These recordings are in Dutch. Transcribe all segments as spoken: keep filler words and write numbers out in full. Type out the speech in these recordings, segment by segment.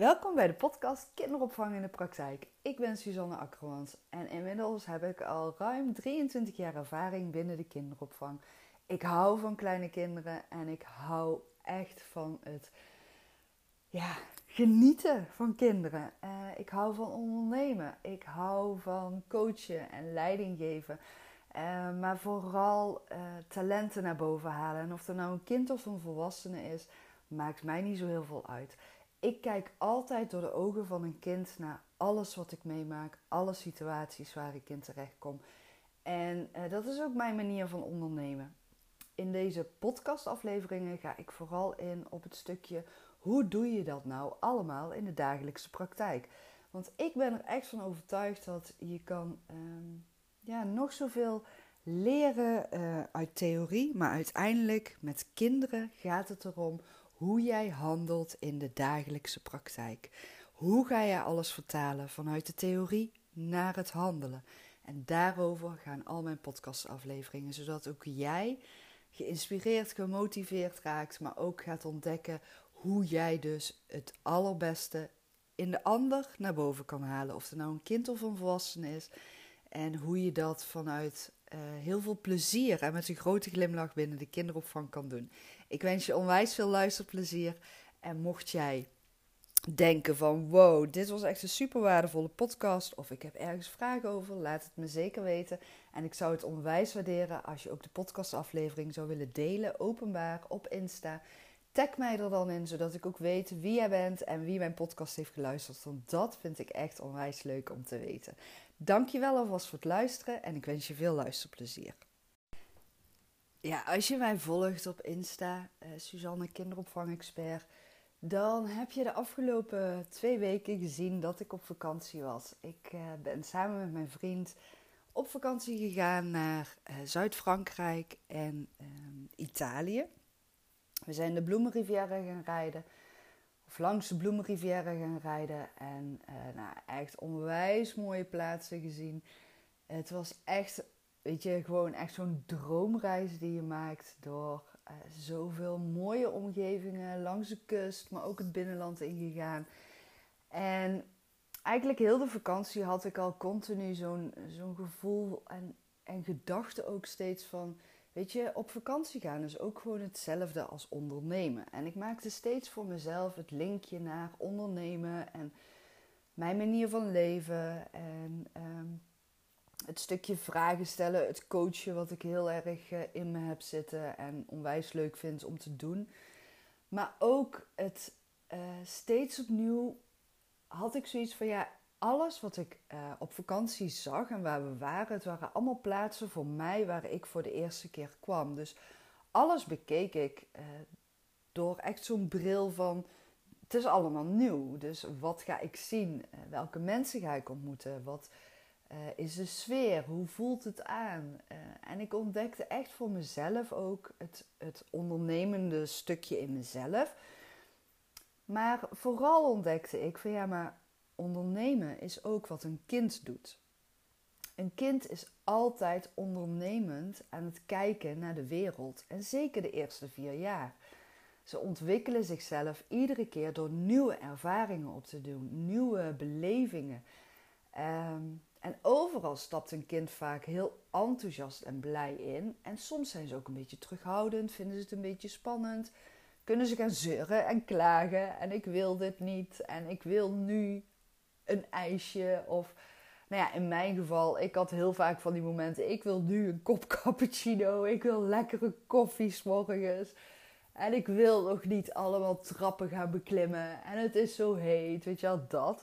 Welkom bij de podcast Kinderopvang in de Praktijk. Ik ben Suzanne Akkermans en inmiddels heb ik al ruim drieëntwintig jaar ervaring binnen de kinderopvang. Ik hou van kleine kinderen en ik hou echt van het ja, genieten van kinderen. Uh, ik hou van ondernemen, ik hou van coachen en leiding geven. Uh, maar vooral uh, talenten naar boven halen. En of er nou een kind of een volwassene is, maakt mij niet zo heel veel uit. Ik kijk altijd door de ogen van een kind naar alles wat ik meemaak, alle situaties waar ik in terecht kom. En uh, dat is ook mijn manier van ondernemen. In deze podcastafleveringen ga ik vooral in op het stukje hoe doe je dat nou allemaal in de dagelijkse praktijk. Want ik ben er echt van overtuigd dat je kan um, ja, nog zoveel leren uh, uit theorie, maar uiteindelijk met kinderen gaat het erom hoe jij handelt in de dagelijkse praktijk. Hoe ga je alles vertalen vanuit de theorie naar het handelen? En daarover gaan al mijn podcastafleveringen, zodat ook jij geïnspireerd, gemotiveerd raakt, maar ook gaat ontdekken hoe jij dus het allerbeste in de ander naar boven kan halen. Of het nou een kind of een volwassene is. En hoe je dat vanuit uh, heel veel plezier en met een grote glimlach binnen de kinderopvang kan doen. Ik wens je onwijs veel luisterplezier. En mocht jij denken van wow, dit was echt een super waardevolle podcast. Of ik heb ergens vragen over, laat het me zeker weten. En ik zou het onwijs waarderen als je ook de podcastaflevering zou willen delen, openbaar op Insta. Tag mij er dan in, zodat ik ook weet wie jij bent en wie mijn podcast heeft geluisterd. Want dat vind ik echt onwijs leuk om te weten. Dankjewel alvast voor het luisteren en ik wens je veel luisterplezier. Ja, als je mij volgt op Insta, uh, Suzanne Kinderopvang-expert, dan heb je de afgelopen twee weken gezien dat ik op vakantie was. Ik uh, ben samen met mijn vriend op vakantie gegaan naar uh, Zuid-Frankrijk en uh, Italië. We zijn de Bloemenriviera gaan rijden, of langs de Bloemenriviera gaan rijden en uh, nou, echt onwijs mooie plaatsen gezien. Het was echt, weet je, gewoon echt zo'n droomreis die je maakt door uh, zoveel mooie omgevingen langs de kust, maar ook het binnenland ingegaan. En eigenlijk heel de vakantie had ik al continu zo'n, zo'n gevoel en, en gedachte ook steeds van, weet je, op vakantie gaan is ook gewoon hetzelfde als ondernemen. En ik maakte steeds voor mezelf het linkje naar ondernemen en mijn manier van leven en um, het stukje vragen stellen, het coachen wat ik heel erg uh, in me heb zitten en onwijs leuk vind om te doen. Maar ook het uh, steeds opnieuw had ik zoiets van ja, alles wat ik uh, op vakantie zag en waar we waren, het waren allemaal plaatsen voor mij waar ik voor de eerste keer kwam. Dus alles bekeek ik uh, door echt zo'n bril van, het is allemaal nieuw. Dus wat ga ik zien? Uh, welke mensen ga ik ontmoeten? Wat uh, is de sfeer? Hoe voelt het aan? Uh, en ik ontdekte echt voor mezelf ook het, het ondernemende stukje in mezelf. Maar vooral ontdekte ik van ja, maar ondernemen is ook wat een kind doet. Een kind is altijd ondernemend aan het kijken naar de wereld. En zeker de eerste vier jaar. Ze ontwikkelen zichzelf iedere keer door nieuwe ervaringen op te doen. Nieuwe belevingen. Um, en overal stapt een kind vaak heel enthousiast en blij in. En soms zijn ze ook een beetje terughoudend. Vinden ze het een beetje spannend. Kunnen ze gaan zeuren en klagen. En ik wil dit niet. En ik wil nu een ijsje. Of, nou ja, in mijn geval, ik had heel vaak van die momenten. Ik wil nu een kop cappuccino. Ik wil lekkere koffie 's morgens. En ik wil nog niet allemaal trappen gaan beklimmen. En het is zo heet, weet je wel, dat.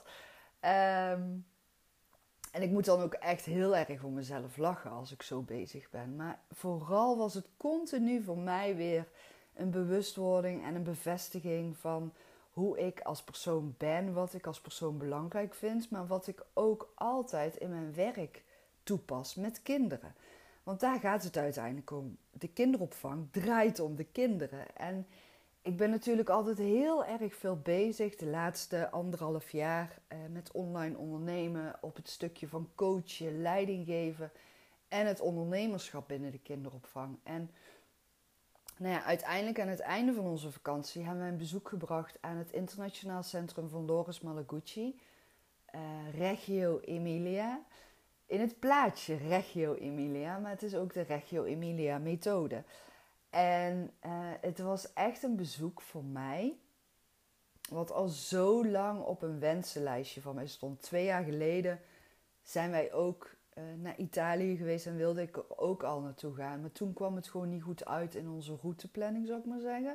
Um, en ik moet dan ook echt heel erg om mezelf lachen als ik zo bezig ben. Maar vooral was het continu voor mij weer een bewustwording en een bevestiging van hoe ik als persoon ben, wat ik als persoon belangrijk vind, maar wat ik ook altijd in mijn werk toepas met kinderen. Want daar gaat het uiteindelijk om. De kinderopvang draait om de kinderen. En ik ben natuurlijk altijd heel erg veel bezig de laatste anderhalf jaar eh, met online ondernemen op het stukje van coachen, leiding geven en het ondernemerschap binnen de kinderopvang. En Nou ja, uiteindelijk aan het einde van onze vakantie hebben we een bezoek gebracht aan het internationaal centrum van Loris Malaguti, uh, Reggio Emilia. In het plaatje Reggio Emilia, maar het is ook de Reggio Emilia methode. En uh, het was echt een bezoek voor mij, wat al zo lang op een wensenlijstje van mij stond. Twee jaar geleden zijn wij ook uh, naar Italië geweest en wilde ik er ook al naartoe gaan. Maar toen kwam het gewoon niet goed uit in onze routeplanning, zou ik maar zeggen.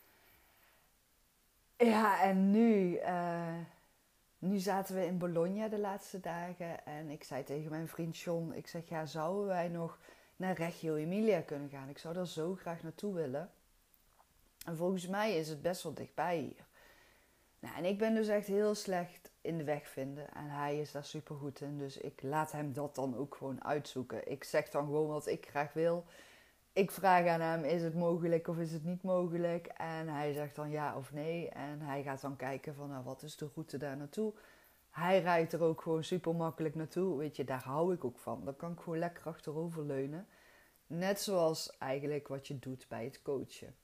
Ja, en nu, uh, nu zaten we in Bologna de laatste dagen. En ik zei tegen mijn vriend John, ik zeg, ja, zouden wij nog naar Reggio Emilia kunnen gaan? Ik zou daar zo graag naartoe willen. En volgens mij is het best wel dichtbij hier. Nou, en ik ben dus echt heel slecht in de weg vinden. En hij is daar supergoed in. Dus ik laat hem dat dan ook gewoon uitzoeken. Ik zeg dan gewoon wat ik graag wil. Ik vraag aan hem, is het mogelijk of is het niet mogelijk? En hij zegt dan ja of nee. En hij gaat dan kijken van, nou, wat is de route daar naartoe? Hij rijdt er ook gewoon super makkelijk naartoe. Weet je, daar hou ik ook van. Dan kan ik gewoon lekker achterover leunen. Net zoals eigenlijk wat je doet bij het coachen.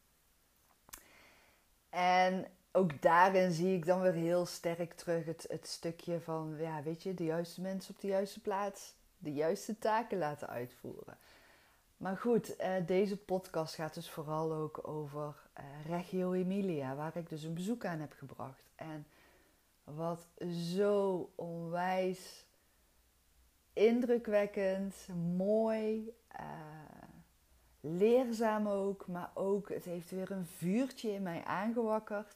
En ook daarin zie ik dan weer heel sterk terug het, het stukje van, ja, weet je, de juiste mensen op de juiste plaats, de juiste taken laten uitvoeren. Maar goed, uh, deze podcast gaat dus vooral ook over uh, Reggio Emilia, waar ik dus een bezoek aan heb gebracht. En wat zo onwijs indrukwekkend, mooi, uh, leerzaam ook, maar ook, het heeft weer een vuurtje in mij aangewakkerd.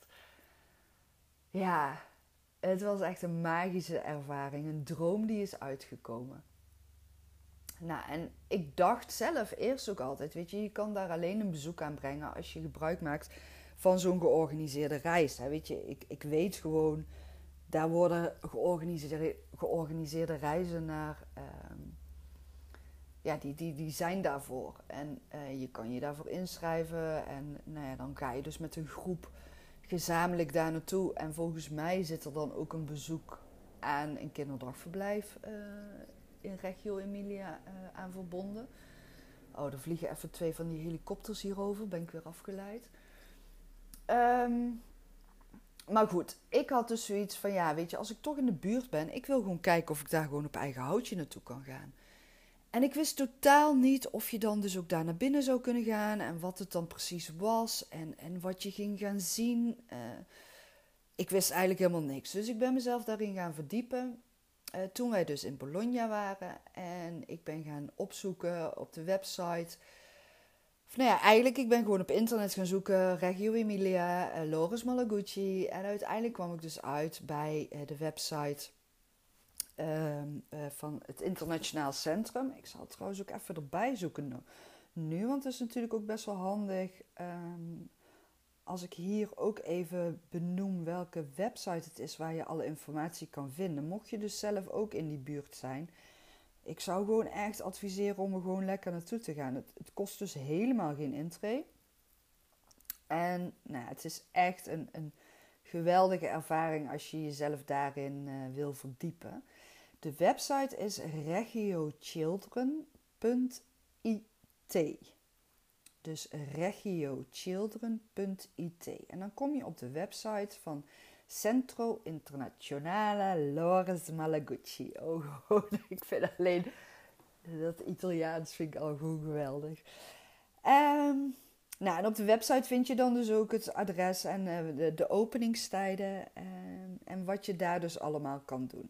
Ja, het was echt een magische ervaring, een droom die is uitgekomen. Nou, en ik dacht zelf eerst ook altijd, weet je, je kan daar alleen een bezoek aan brengen als je gebruik maakt van zo'n georganiseerde reis. Hè. Weet je, ik, ik weet gewoon, daar worden georganiseerde, georganiseerde reizen naar, um, ja, die, die, die zijn daarvoor. En uh, je kan je daarvoor inschrijven en nou ja, dan ga je dus met een groep gezamenlijk daar naartoe. En volgens mij zit er dan ook een bezoek aan een kinderdagverblijf uh, in Reggio Emilia uh, aan verbonden. Oh, er vliegen even twee van die helikopters hierover. Ben ik weer afgeleid. Um, maar goed, ik had dus zoiets van, ja, weet je, als ik toch in de buurt ben, ik wil gewoon kijken of ik daar gewoon op eigen houtje naartoe kan gaan. En ik wist totaal niet of je dan dus ook daar naar binnen zou kunnen gaan en wat het dan precies was en, en wat je ging gaan zien. Uh, ik wist eigenlijk helemaal niks. Dus ik ben mezelf daarin gaan verdiepen uh, toen wij dus in Bologna waren. En ik ben gaan opzoeken op de website. Of, nou ja, eigenlijk ik ben gewoon op internet gaan zoeken. Reggio Emilia, uh, Loris Malaguti. En uiteindelijk kwam ik dus uit bij uh, de website Uh, uh, van het internationaal centrum. Ik zal het trouwens ook even erbij zoeken nu, want het is natuurlijk ook best wel handig um, als ik hier ook even benoem welke website het is waar je alle informatie kan vinden. Mocht je dus zelf ook in die buurt zijn, ik zou gewoon echt adviseren om er gewoon lekker naartoe te gaan. Het, het kost dus helemaal geen intree. En nou, het is echt een, een geweldige ervaring als je jezelf daarin uh, wil verdiepen. De website is regiochildren punt i t. Dus regiochildren punt i t. En dan kom je op de website van Centro Internazionale Loris Malaguti. Oh, ik vind alleen dat Italiaans vind ik al gewoon geweldig. Um, nou, en op de website vind je dan dus ook het adres en uh, de, de openingstijden um, en wat je daar dus allemaal kan doen.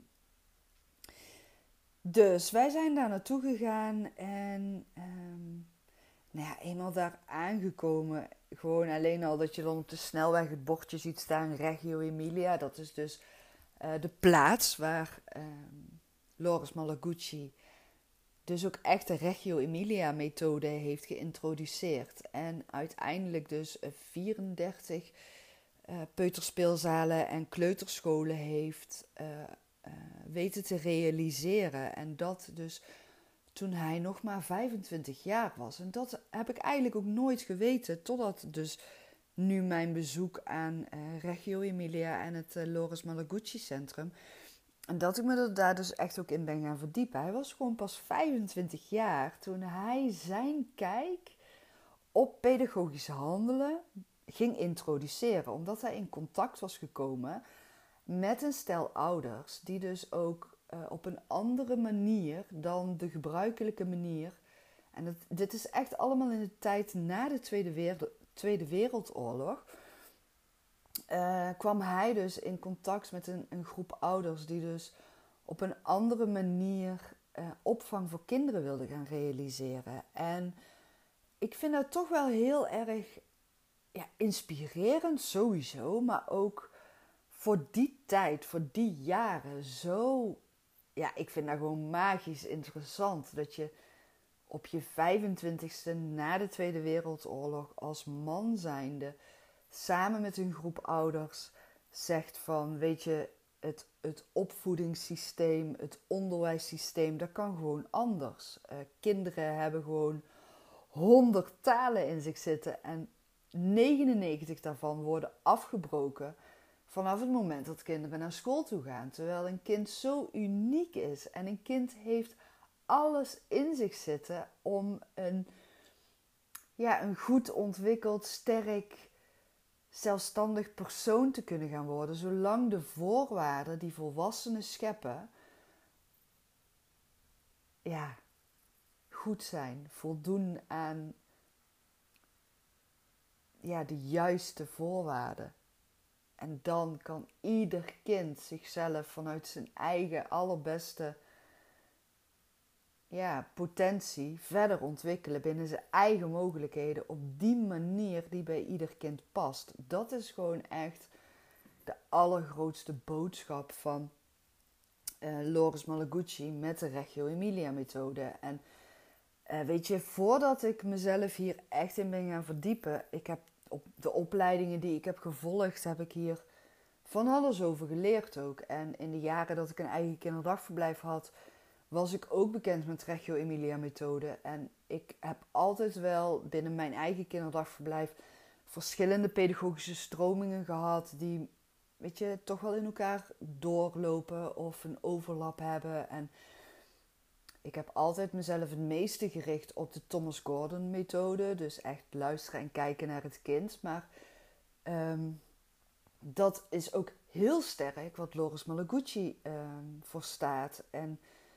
Dus wij zijn daar naartoe gegaan en um, nou ja, eenmaal daar aangekomen, gewoon alleen al dat je dan op de snelweg het bordje ziet staan, Reggio Emilia. Dat is dus uh, de plaats waar um, Loris Malaguti dus ook echt de Reggio Emilia methode heeft geïntroduceerd. En uiteindelijk dus vierendertig uh, peuterspeelzalen en kleuterscholen heeft uh, uh, weten te realiseren. En dat dus toen hij nog maar vijfentwintig jaar was. En dat heb ik eigenlijk ook nooit geweten, totdat dus nu mijn bezoek aan uh, Reggio Emilia en het uh, Loris Malaguti Centrum. En dat ik me er daar dus echt ook in ben gaan verdiepen. Hij was gewoon pas vijfentwintig jaar toen hij zijn kijk op pedagogisch handelen ging introduceren. Omdat hij in contact was gekomen met een stel ouders die dus ook uh, op een andere manier dan de gebruikelijke manier... En het, dit is echt allemaal in de tijd na de Tweede, Wereld, Tweede Wereldoorlog... Uh, kwam hij dus in contact met een, een groep ouders die dus op een andere manier uh, opvang voor kinderen wilden gaan realiseren. En ik vind dat toch wel heel erg ja, inspirerend sowieso, maar ook voor die tijd, voor die jaren zo... Ja, ik vind dat gewoon magisch interessant dat je op je vijfentwintigste na de Tweede Wereldoorlog als man zijnde samen met een groep ouders zegt van, weet je, het, het opvoedingssysteem, het onderwijssysteem, dat kan gewoon anders. Uh, kinderen hebben gewoon honderd talen in zich zitten en negenennegentig daarvan worden afgebroken vanaf het moment dat kinderen naar school toe gaan. Terwijl een kind zo uniek is en een kind heeft alles in zich zitten om een, ja, een goed ontwikkeld, sterk, zelfstandig persoon te kunnen gaan worden, zolang de voorwaarden die volwassenen scheppen, ja, goed zijn, voldoen aan ja, de juiste voorwaarden. En dan kan ieder kind zichzelf vanuit zijn eigen allerbeste ja, potentie verder ontwikkelen binnen zijn eigen mogelijkheden op die manier die bij ieder kind past. Dat is gewoon echt de allergrootste boodschap van uh, Loris Malaguzzi met de Reggio Emilia methode. En uh, weet je, voordat ik mezelf hier echt in ben gaan verdiepen, ik heb op de opleidingen die ik heb gevolgd, heb ik hier van alles over geleerd ook. En in de jaren dat ik een eigen kinderdagverblijf had, was ik ook bekend met de Reggio Emilia methode. En ik heb altijd wel binnen mijn eigen kinderdagverblijf verschillende pedagogische stromingen gehad die, weet je, toch wel in elkaar doorlopen of een overlap hebben. En ik heb altijd mezelf het meeste gericht op de Thomas Gordon methode. Dus echt luisteren en kijken naar het kind. Maar um, dat is ook heel sterk wat Loris Malaguzzi um, voor staat. En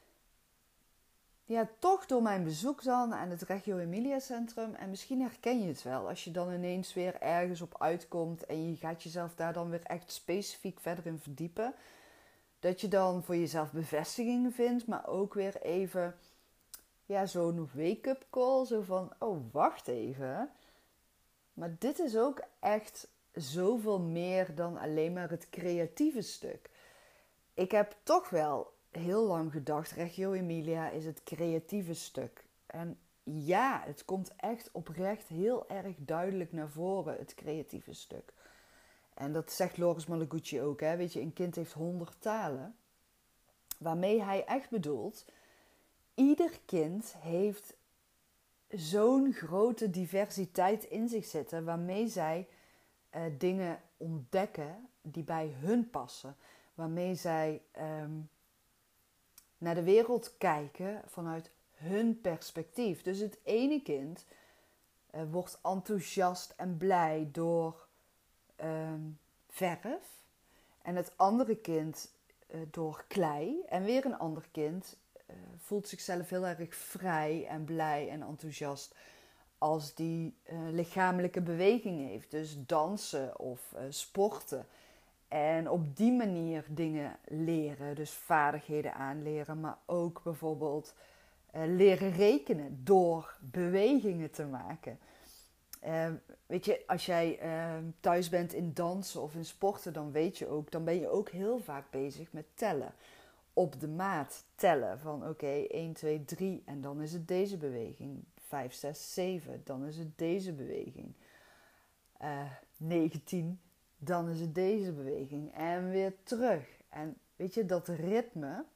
ja, toch door mijn bezoek dan aan het Reggio Emilia Centrum, en misschien herken je het wel, als je dan ineens weer ergens op uitkomt en je gaat jezelf daar dan weer echt specifiek verder in verdiepen, dat je dan voor jezelf bevestigingen vindt, maar ook weer even ja, zo'n wake-up call, zo van, oh, wacht even. Maar dit is ook echt zoveel meer dan alleen maar het creatieve stuk. Ik heb toch wel heel lang gedacht, Reggio Emilia is het creatieve stuk. En ja, het komt echt oprecht heel erg duidelijk naar voren, het creatieve stuk. En dat zegt Loris Malaguzzi ook, hè? Weet je, een kind heeft honderd talen. Waarmee hij echt bedoelt, ieder kind heeft zo'n grote diversiteit in zich zitten, waarmee zij uh, dingen ontdekken die bij hun passen. Waarmee zij um, naar de wereld kijken vanuit hun perspectief. Dus het ene kind uh, wordt enthousiast en blij door um, verf. En het andere kind uh, door klei. En weer een ander kind uh, voelt zichzelf heel erg vrij en blij en enthousiast als die uh, lichamelijke beweging heeft. Dus dansen of uh, sporten. En op die manier dingen leren, dus vaardigheden aanleren, maar ook bijvoorbeeld uh, leren rekenen door bewegingen te maken. Uh, weet je, als jij uh, thuis bent in dansen of in sporten, dan weet je ook, dan ben je ook heel vaak bezig met tellen. Op de maat tellen van oké, okay, één, twee, drie en dan is het deze beweging. vijf, zes, zeven, dan is het deze beweging. Uh, negentien, dan is het deze beweging. En weer terug. En weet je, dat ritme,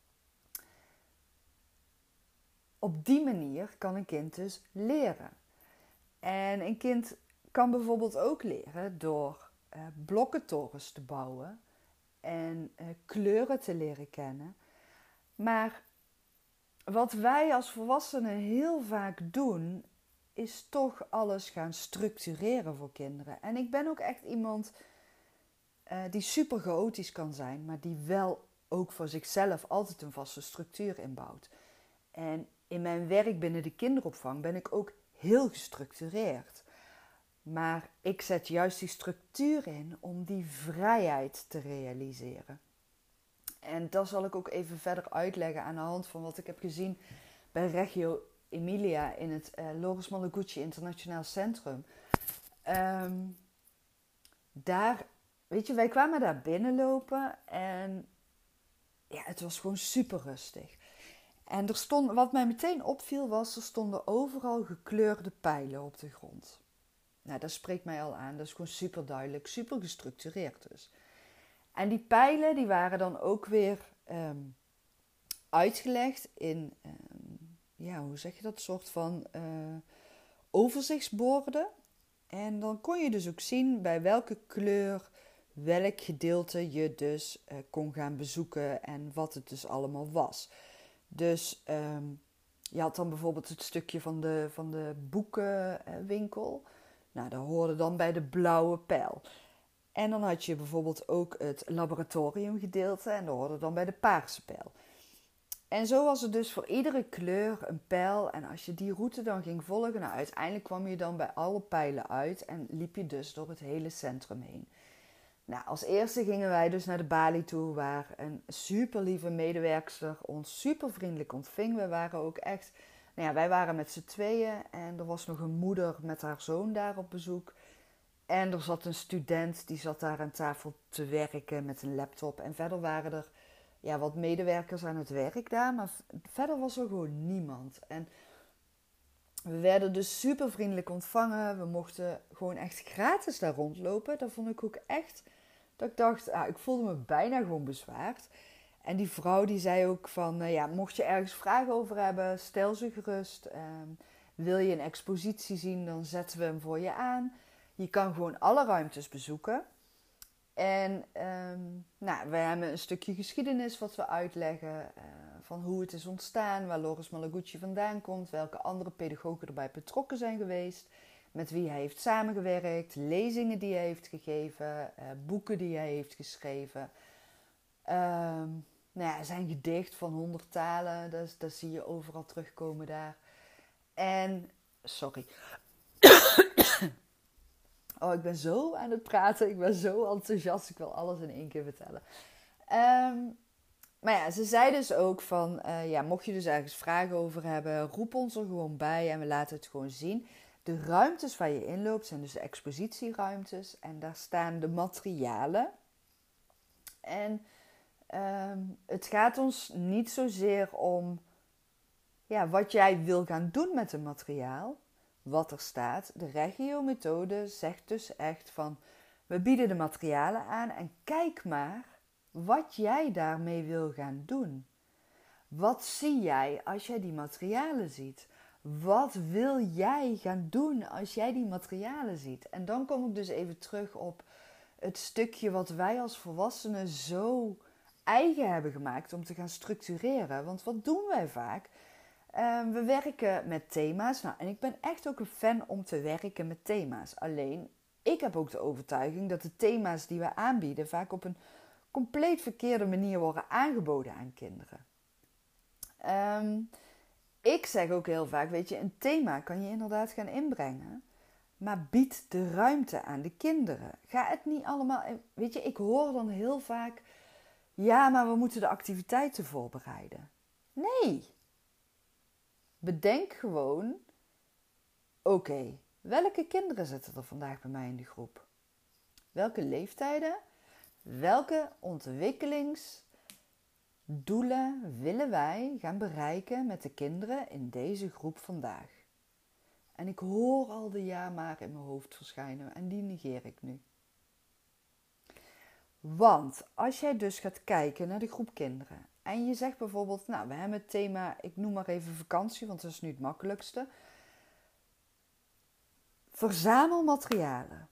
op die manier kan een kind dus leren. En een kind kan bijvoorbeeld ook leren door uh, blokkentorens te bouwen en uh, kleuren te leren kennen. Maar wat wij als volwassenen heel vaak doen, is toch alles gaan structureren voor kinderen. En ik ben ook echt iemand uh, die super chaotisch kan zijn, maar die wel ook voor zichzelf altijd een vaste structuur inbouwt. En in mijn werk binnen de kinderopvang ben ik ook heel gestructureerd. Maar ik zet juist die structuur in om die vrijheid te realiseren. En dat zal ik ook even verder uitleggen aan de hand van wat ik heb gezien bij Reggio Emilia in het uh, Loris Malaguzzi Internationaal Centrum. Um, daar, weet je, wij kwamen daar binnenlopen en ja, het was gewoon super rustig. En er stond, wat mij meteen opviel was, er stonden overal gekleurde pijlen op de grond. Nou, dat spreekt mij al aan. Dat is gewoon super duidelijk, super gestructureerd dus. En die pijlen die waren dan ook weer um, uitgelegd in, um, ja, hoe zeg je dat, soort van uh, overzichtsborden. En dan kon je dus ook zien bij welke kleur, welk gedeelte je dus uh, kon gaan bezoeken en wat het dus allemaal was. Dus um, je had dan bijvoorbeeld het stukje van de, van de boekenwinkel. Nou, dat hoorde dan bij de blauwe pijl. En dan had je bijvoorbeeld ook het laboratoriumgedeelte en dat hoorde dan bij de paarse pijl. En zo was het dus voor iedere kleur een pijl. En als je die route dan ging volgen, nou uiteindelijk kwam je dan bij alle pijlen uit en liep je dus door het hele centrum heen. Nou, als eerste gingen wij dus naar de balie toe, waar een super lieve medewerkster ons super vriendelijk ontving. We waren ook echt, nou ja, wij waren met z'n tweeën en er was nog een moeder met haar zoon daar op bezoek. En er zat een student, die zat daar aan tafel te werken met een laptop. En verder waren er ja, wat medewerkers aan het werk daar, maar verder was er gewoon niemand. En we werden dus super vriendelijk ontvangen. We mochten gewoon echt gratis daar rondlopen. Dat vond ik ook echt, dat ik dacht, ah, ik voelde me bijna gewoon bezwaard. En die vrouw die zei ook van, uh, ja, mocht je ergens vragen over hebben, stel ze gerust. Uh, wil je een expositie zien, dan zetten we hem voor je aan. Je kan gewoon alle ruimtes bezoeken. En um, nou, we hebben een stukje geschiedenis wat we uitleggen. Uh, van hoe het is ontstaan, waar Loris Malaguzzi vandaan komt. Welke andere pedagogen erbij betrokken zijn geweest. Met wie hij heeft samengewerkt. Lezingen die hij heeft gegeven. Uh, boeken die hij heeft geschreven. Um, nou ja, zijn gedicht van honderd talen. Dat, dat zie je overal terugkomen daar. En, sorry... Oh, ik ben zo aan het praten. Ik ben zo enthousiast. Ik wil alles in één keer vertellen. Um, maar ja, ze zei dus ook van... Uh, ja, mocht je dus ergens vragen over hebben... roep ons er gewoon bij en we laten het gewoon zien. De ruimtes waar je inloopt zijn dus de expositieruimtes. En daar staan de materialen. En um, het gaat ons niet zozeer om... ja, wat jij wil gaan doen met het materiaal... Wat er staat, de Reggio-methode zegt dus echt van... we bieden de materialen aan en kijk maar wat jij daarmee wil gaan doen. Wat zie jij als jij die materialen ziet? Wat wil jij gaan doen als jij die materialen ziet? En dan kom ik dus even terug op het stukje wat wij als volwassenen zo eigen hebben gemaakt om te gaan structureren. Want wat doen wij vaak? Uh, we werken met thema's. Nou, en ik ben echt ook een fan om te werken met thema's. Alleen, ik heb ook de overtuiging dat de thema's die we aanbieden... vaak op een compleet verkeerde manier worden aangeboden aan kinderen. Um, ik zeg ook heel vaak, weet je, een thema kan je inderdaad gaan inbrengen... maar bied de ruimte aan de kinderen. Ga het niet allemaal... Weet je, ik hoor dan heel vaak... ja, maar we moeten de activiteiten voorbereiden. Nee... Bedenk gewoon, oké, okay, welke kinderen zitten er vandaag bij mij in de groep? Welke leeftijden? Welke ontwikkelingsdoelen willen wij gaan bereiken met de kinderen in deze groep vandaag? En ik hoor al de ja maar in mijn hoofd verschijnen en die negeer ik nu. Want als jij dus gaat kijken naar de groep kinderen... en je zegt bijvoorbeeld, nou, we hebben het thema, ik noem maar even vakantie, want dat is nu het makkelijkste. Verzamel materialen.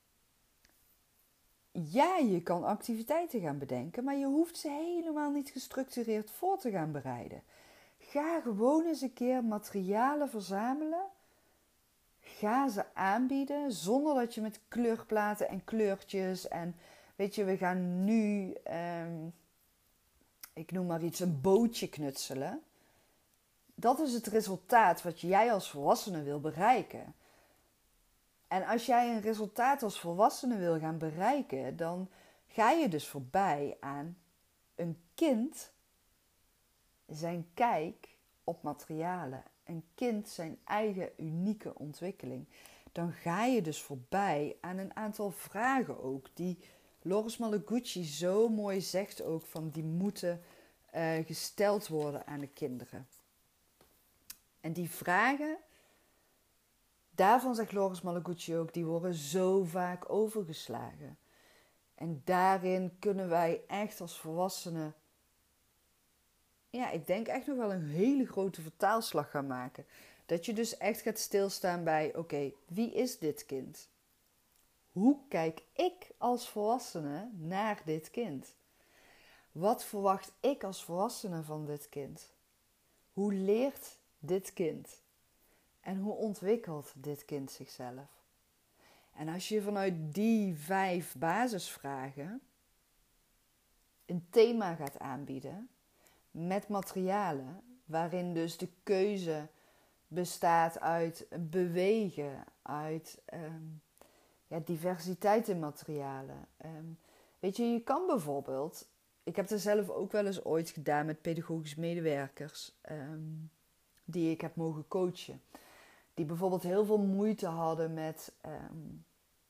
Ja, je kan activiteiten gaan bedenken, maar je hoeft ze helemaal niet gestructureerd voor te gaan bereiden. Ga gewoon eens een keer materialen verzamelen ga ze aanbieden zonder dat je met kleurplaten en kleurtjes en weet je, we gaan nu, um, ik noem maar iets, een bootje knutselen. Dat is het resultaat wat jij als volwassene wil bereiken. En als jij een resultaat als volwassene wil gaan bereiken, dan ga je dus voorbij aan een kind zijn kijk op materialen. Een kind zijn eigen unieke ontwikkeling. Dan ga je dus voorbij aan een aantal vragen ook. Die Loris Malaguzzi zo mooi zegt ook van die moeten uh, gesteld worden aan de kinderen. En die vragen, daarvan zegt Loris Malaguzzi ook, die worden zo vaak overgeslagen. En daarin kunnen wij echt als volwassenen, ja, ik denk echt nog wel een hele grote vertaalslag gaan maken. Dat je dus echt gaat stilstaan bij, oké, okay, wie is dit kind? Hoe kijk ik als volwassene naar dit kind? Wat verwacht ik als volwassene van dit kind? Hoe leert dit kind? En hoe ontwikkelt dit kind zichzelf? En als je vanuit die vijf basisvragen een thema gaat aanbieden met materialen, waarin dus de keuze bestaat uit bewegen, uit um, ja, diversiteit in materialen. Um, weet je, je kan bijvoorbeeld, ik heb het zelf ook wel eens ooit gedaan met pedagogisch medewerkers um, die ik heb mogen coachen. Die bijvoorbeeld heel veel moeite hadden met um,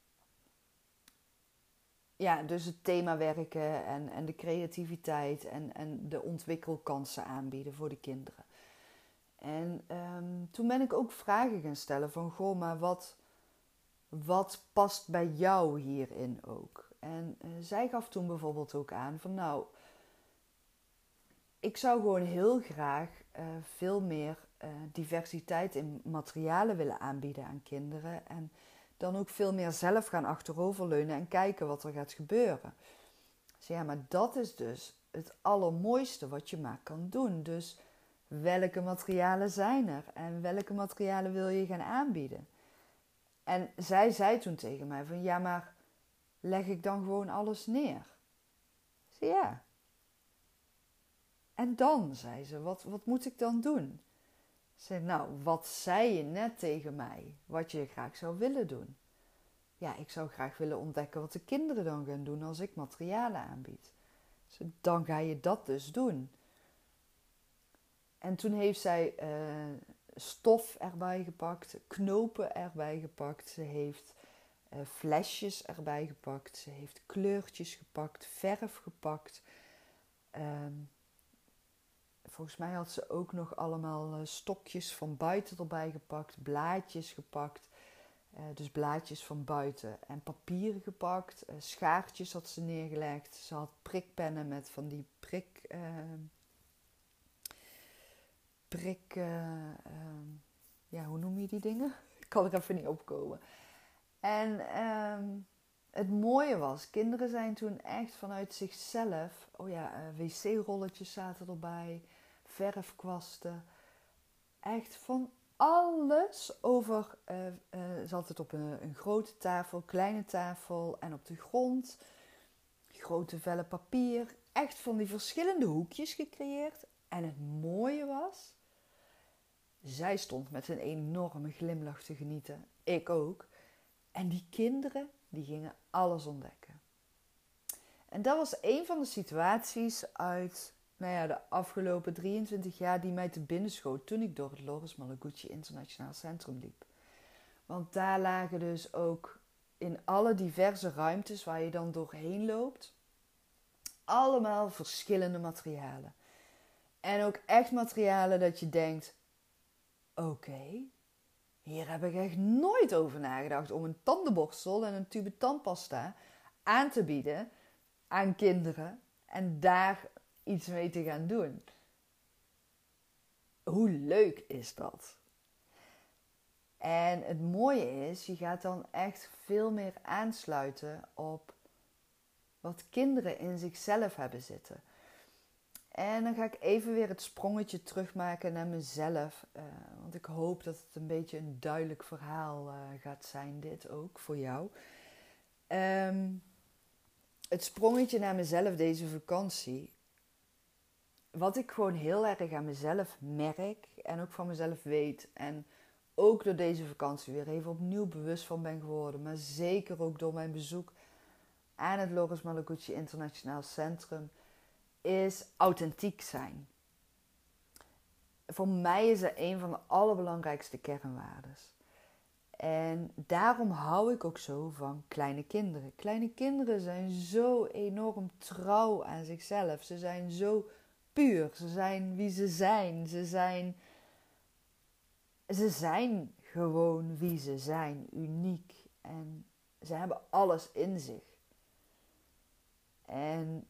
ja, dus het thema werken en, en de creativiteit en, en de ontwikkelkansen aanbieden voor de kinderen. En um, toen ben ik ook vragen gaan stellen van, goh, maar wat, wat past bij jou hierin ook? En uh, zij gaf toen bijvoorbeeld ook aan van, nou, ik zou gewoon heel graag uh, veel meer uh, diversiteit in materialen willen aanbieden aan kinderen. En dan ook veel meer zelf gaan achteroverleunen en kijken wat er gaat gebeuren. Dus ja, maar dat is dus het allermooiste wat je maar kan doen. Dus welke materialen zijn er? En welke materialen wil je gaan aanbieden? En zij zei toen tegen mij van, ja, maar leg ik dan gewoon alles neer? Ik zei, ja. En dan, zei ze, wat, wat moet ik dan doen? Ik zei, nou, wat zei je net tegen mij, wat je graag zou willen doen? Ja, ik zou graag willen ontdekken wat de kinderen dan gaan doen als ik materialen aanbied. Dus dan ga je dat dus doen. En toen heeft zij uh, stof erbij gepakt, knopen erbij gepakt. Ze heeft uh, flesjes erbij gepakt. Ze heeft kleurtjes gepakt, verf gepakt. Um, volgens mij had ze ook nog allemaal uh, stokjes van buiten erbij gepakt, blaadjes gepakt. Uh, dus blaadjes van buiten en papier gepakt. Uh, schaartjes had ze neergelegd. Ze had prikpennen met van die prik... Uh, prik... Uh, uh, ja, hoe noem je die dingen? Ik kan er even niet opkomen. En uh, het mooie was, kinderen zijn toen echt vanuit zichzelf... Oh ja, uh, wc-rolletjes zaten erbij. Verfkwasten. Echt van... alles over, uh, uh, ze had het op een, een grote tafel, kleine tafel en op de grond. Grote vellen papier. Echt van die verschillende hoekjes gecreëerd. En het mooie was, zij stond met een enorme glimlach te genieten. Ik ook. En die kinderen, die gingen alles ontdekken. En dat was een van de situaties uit... nou ja, de afgelopen drieëntwintig jaar die mij te binnen schoot toen ik door het Loris Malaguzzi Internationaal Centrum liep. Want daar lagen dus ook in alle diverse ruimtes waar je dan doorheen loopt, allemaal verschillende materialen. En ook echt materialen dat je denkt, oké, okay, hier heb ik echt nooit over nagedacht om een tandenborstel en een tube tandpasta aan te bieden aan kinderen en daar iets mee te gaan doen. Hoe leuk is dat? En het mooie is, je gaat dan echt veel meer aansluiten op wat kinderen in zichzelf hebben zitten. En dan ga ik even weer het sprongetje terugmaken naar mezelf. Uh, want ik hoop dat het een beetje een duidelijk verhaal uh, gaat zijn, dit ook, voor jou. Um, het sprongetje naar mezelf deze vakantie. Wat ik gewoon heel erg aan mezelf merk en ook van mezelf weet. En ook door deze vakantie weer even opnieuw bewust van ben geworden. Maar zeker ook door mijn bezoek aan het Loris Malaguti Internationaal Centrum. Is authentiek zijn. Voor mij is dat een van de allerbelangrijkste kernwaardes. En daarom hou ik ook zo van kleine kinderen. Kleine kinderen zijn zo enorm trouw aan zichzelf. Ze zijn zo puur. Ze zijn wie ze zijn. Ze zijn, ze zijn gewoon wie ze zijn. Uniek. En ze hebben alles in zich. En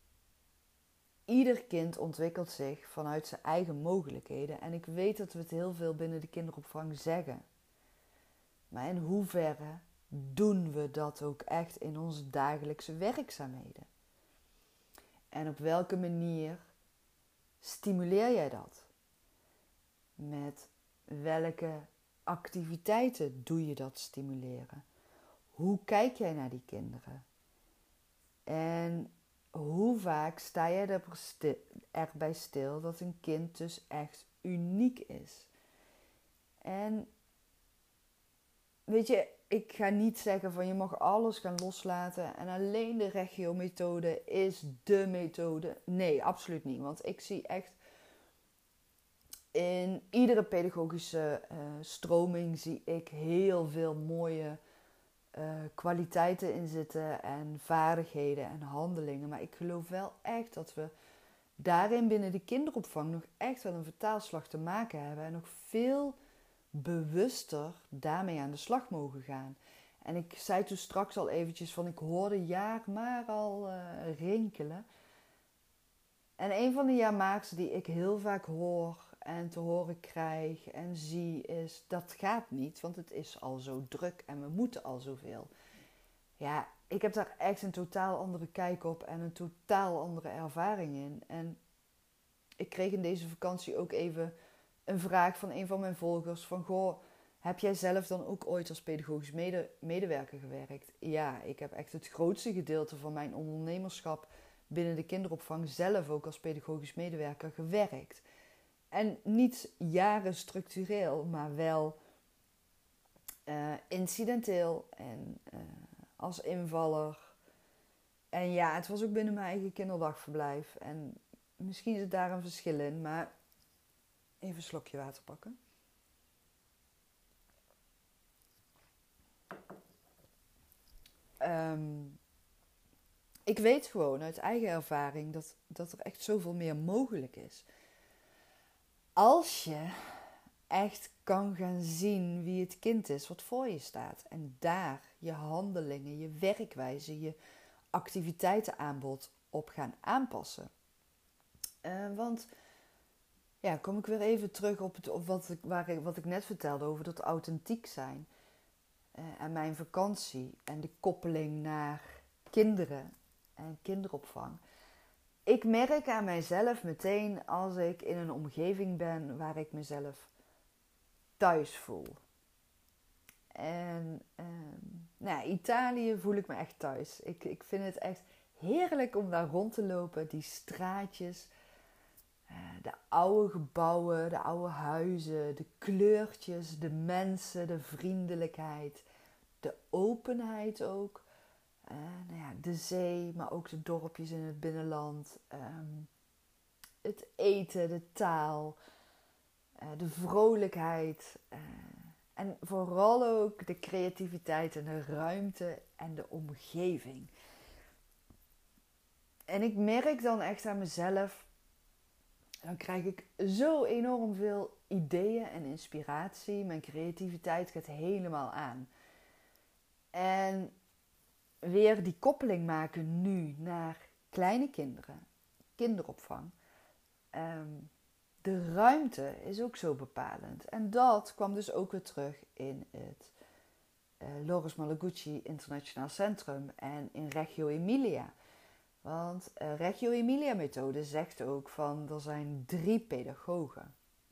ieder kind ontwikkelt zich vanuit zijn eigen mogelijkheden. En ik weet dat we het heel veel binnen de kinderopvang zeggen. Maar in hoeverre doen we dat ook echt in onze dagelijkse werkzaamheden? En op welke manier stimuleer jij dat? Met welke activiteiten doe je dat stimuleren? Hoe kijk jij naar die kinderen? En hoe vaak sta jij erbij stil dat een kind dus echt uniek is? En weet je, ik ga niet zeggen van je mag alles gaan loslaten en alleen de regio-methode is de methode. Nee, absoluut niet. Want ik zie echt in iedere pedagogische uh, stroming zie ik heel veel mooie uh, kwaliteiten in zitten en vaardigheden en handelingen. Maar ik geloof wel echt dat we daarin binnen de kinderopvang nog echt wel een vertaalslag te maken hebben en nog veel bewuster daarmee aan de slag mogen gaan. En ik zei toen straks al eventjes van ik hoorde jaar maar al uh, rinkelen. En een van de jaarmaars die ik heel vaak hoor en te horen krijg en zie is dat gaat niet, want het is al zo druk en we moeten al zoveel. Ja, ik heb daar echt een totaal andere kijk op en een totaal andere ervaring in. En ik kreeg in deze vakantie ook even een vraag van een van mijn volgers van goh, heb jij zelf dan ook ooit als pedagogisch mede- medewerker gewerkt? Ja, ik heb echt het grootste gedeelte van mijn ondernemerschap binnen de kinderopvang zelf ook als pedagogisch medewerker gewerkt. En niet jaren structureel, maar wel uh, incidenteel en uh, als invaller. En ja, het was ook binnen mijn eigen kinderdagverblijf. En misschien is het daar een verschil in, maar even een slokje water pakken. Um, ik weet gewoon uit eigen ervaring dat, dat er echt zoveel meer mogelijk is. Als je echt kan gaan zien wie het kind is wat voor je staat. En daar je handelingen, je werkwijze, je activiteitenaanbod op gaan aanpassen. Uh, want ja, kom ik weer even terug op, het, op wat, ik, waar ik, wat ik net vertelde over dat authentiek zijn. Uh, en mijn vakantie en de koppeling naar kinderen en kinderopvang. Ik merk aan mijzelf meteen als ik in een omgeving ben waar ik mezelf thuis voel. En uh, nou, Italië voel ik me echt thuis. Ik, ik vind het echt heerlijk om daar rond te lopen. Die straatjes, uh, de oude gebouwen, de oude huizen, de kleurtjes, de mensen, de vriendelijkheid, de openheid ook. Uh, nou ja, de zee, maar ook de dorpjes in het binnenland. Um, het eten, de taal, uh, de vrolijkheid. Uh, en vooral ook de creativiteit en de ruimte en de omgeving. En ik merk dan echt aan mezelf, dan krijg ik zo enorm veel ideeën en inspiratie. Mijn creativiteit gaat helemaal aan. En weer die koppeling maken nu naar kleine kinderen, kinderopvang. Um, de ruimte is ook zo bepalend. En dat kwam dus ook weer terug in het uh, Loris Malaguti Internationaal Centrum en in Reggio Emilia. Want uh, Reggio Emilia methode zegt ook van er zijn drie pedagogen.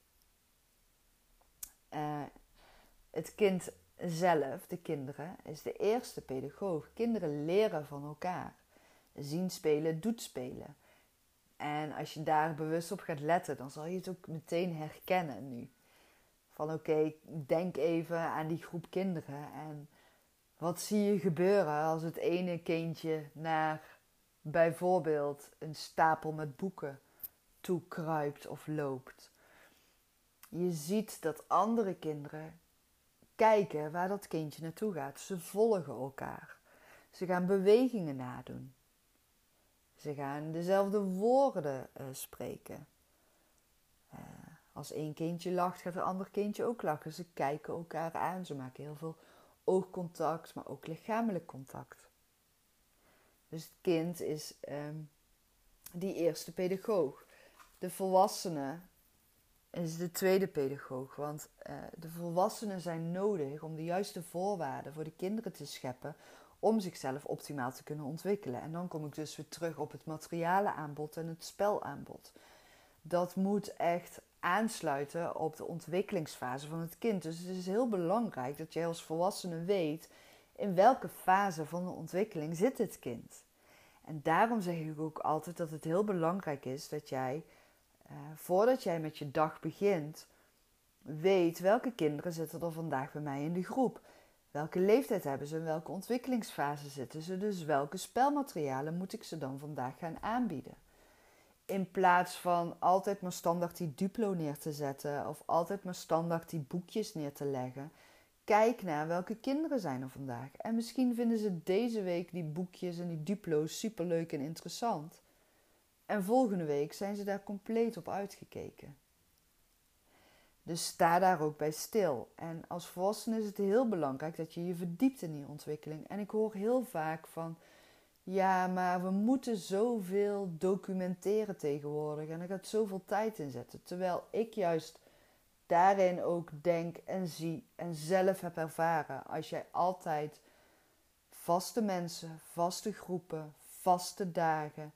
Uh, het kind zelf, de kinderen, is de eerste pedagoog. Kinderen leren van elkaar. Zien spelen, doet spelen. En als je daar bewust op gaat letten, dan zal je het ook meteen herkennen nu. Van oké, okay, denk even aan die groep kinderen. En wat zie je gebeuren als het ene kindje naar bijvoorbeeld een stapel met boeken toe kruipt of loopt. Je ziet dat andere kinderen kijken waar dat kindje naartoe gaat. Ze volgen elkaar. Ze gaan bewegingen nadoen. Ze gaan dezelfde woorden uh, spreken. Uh, als één kindje lacht, gaat een ander kindje ook lachen. Ze kijken elkaar aan. Ze maken heel veel oogcontact, maar ook lichamelijk contact. Dus het kind is um, die eerste pedagoog. De volwassene is de tweede pedagoog. Want uh, de volwassenen zijn nodig om de juiste voorwaarden voor de kinderen te scheppen om zichzelf optimaal te kunnen ontwikkelen. En dan kom ik dus weer terug op het materialenaanbod en het spelaanbod. Dat moet echt aansluiten op de ontwikkelingsfase van het kind. Dus het is heel belangrijk dat jij als volwassene weet in welke fase van de ontwikkeling zit het kind. En daarom zeg ik ook altijd dat het heel belangrijk is dat jij, uh, voordat jij met je dag begint, weet welke kinderen zitten er vandaag bij mij in de groep. Welke leeftijd hebben ze en welke ontwikkelingsfase zitten ze? Dus welke spelmaterialen moet ik ze dan vandaag gaan aanbieden? In plaats van altijd maar standaard die Duplo neer te zetten of altijd maar standaard die boekjes neer te leggen. Kijk naar welke kinderen zijn er vandaag. En misschien vinden ze deze week die boekjes en die Duplo's superleuk en interessant. En volgende week zijn ze daar compleet op uitgekeken. Dus sta daar ook bij stil. En als volwassene is het heel belangrijk dat je je verdiept in die ontwikkeling. En ik hoor heel vaak van, ja, maar we moeten zoveel documenteren tegenwoordig. En er gaat zoveel tijd in zetten. Terwijl ik juist daarin ook denk en zie en zelf heb ervaren. Als jij altijd vaste mensen, vaste groepen, vaste dagen,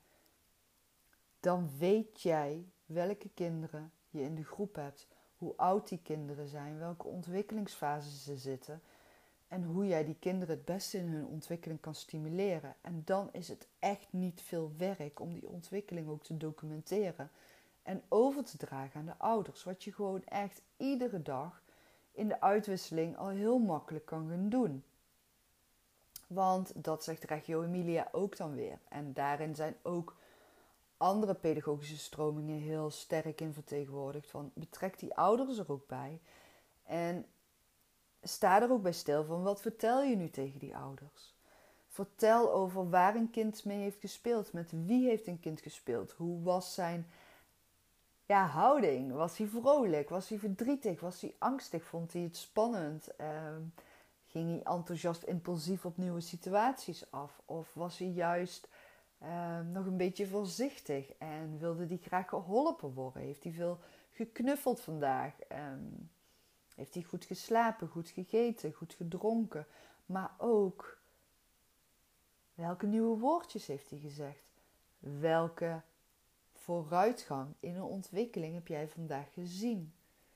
dan weet jij welke kinderen je in de groep hebt. Hoe oud die kinderen zijn, welke ontwikkelingsfase ze zitten en hoe jij die kinderen het beste in hun ontwikkeling kan stimuleren. En dan is het echt niet veel werk om die ontwikkeling ook te documenteren en over te dragen aan de ouders. Wat je gewoon echt iedere dag in de uitwisseling al heel makkelijk kan gaan doen. Want dat zegt Reggio Emilia ook dan weer. En daarin zijn ook andere pedagogische stromingen heel sterk in vertegenwoordigd. Van betrek die ouders er ook bij. En sta er ook bij stil van, wat vertel je nu tegen die ouders? Vertel over waar een kind mee heeft gespeeld. Met wie heeft een kind gespeeld? Hoe was zijn ja, houding? Was hij vrolijk? Was hij verdrietig? Was hij angstig? Vond hij het spannend? Uh, ging hij enthousiast impulsief op nieuwe situaties af? Of was hij juist Uh, nog een beetje voorzichtig en wilde die graag geholpen worden? Heeft hij veel geknuffeld vandaag? Um, heeft hij goed geslapen, goed gegeten, goed gedronken? Maar ook, welke nieuwe woordjes heeft hij gezegd? Welke vooruitgang in een ontwikkeling heb jij vandaag gezien?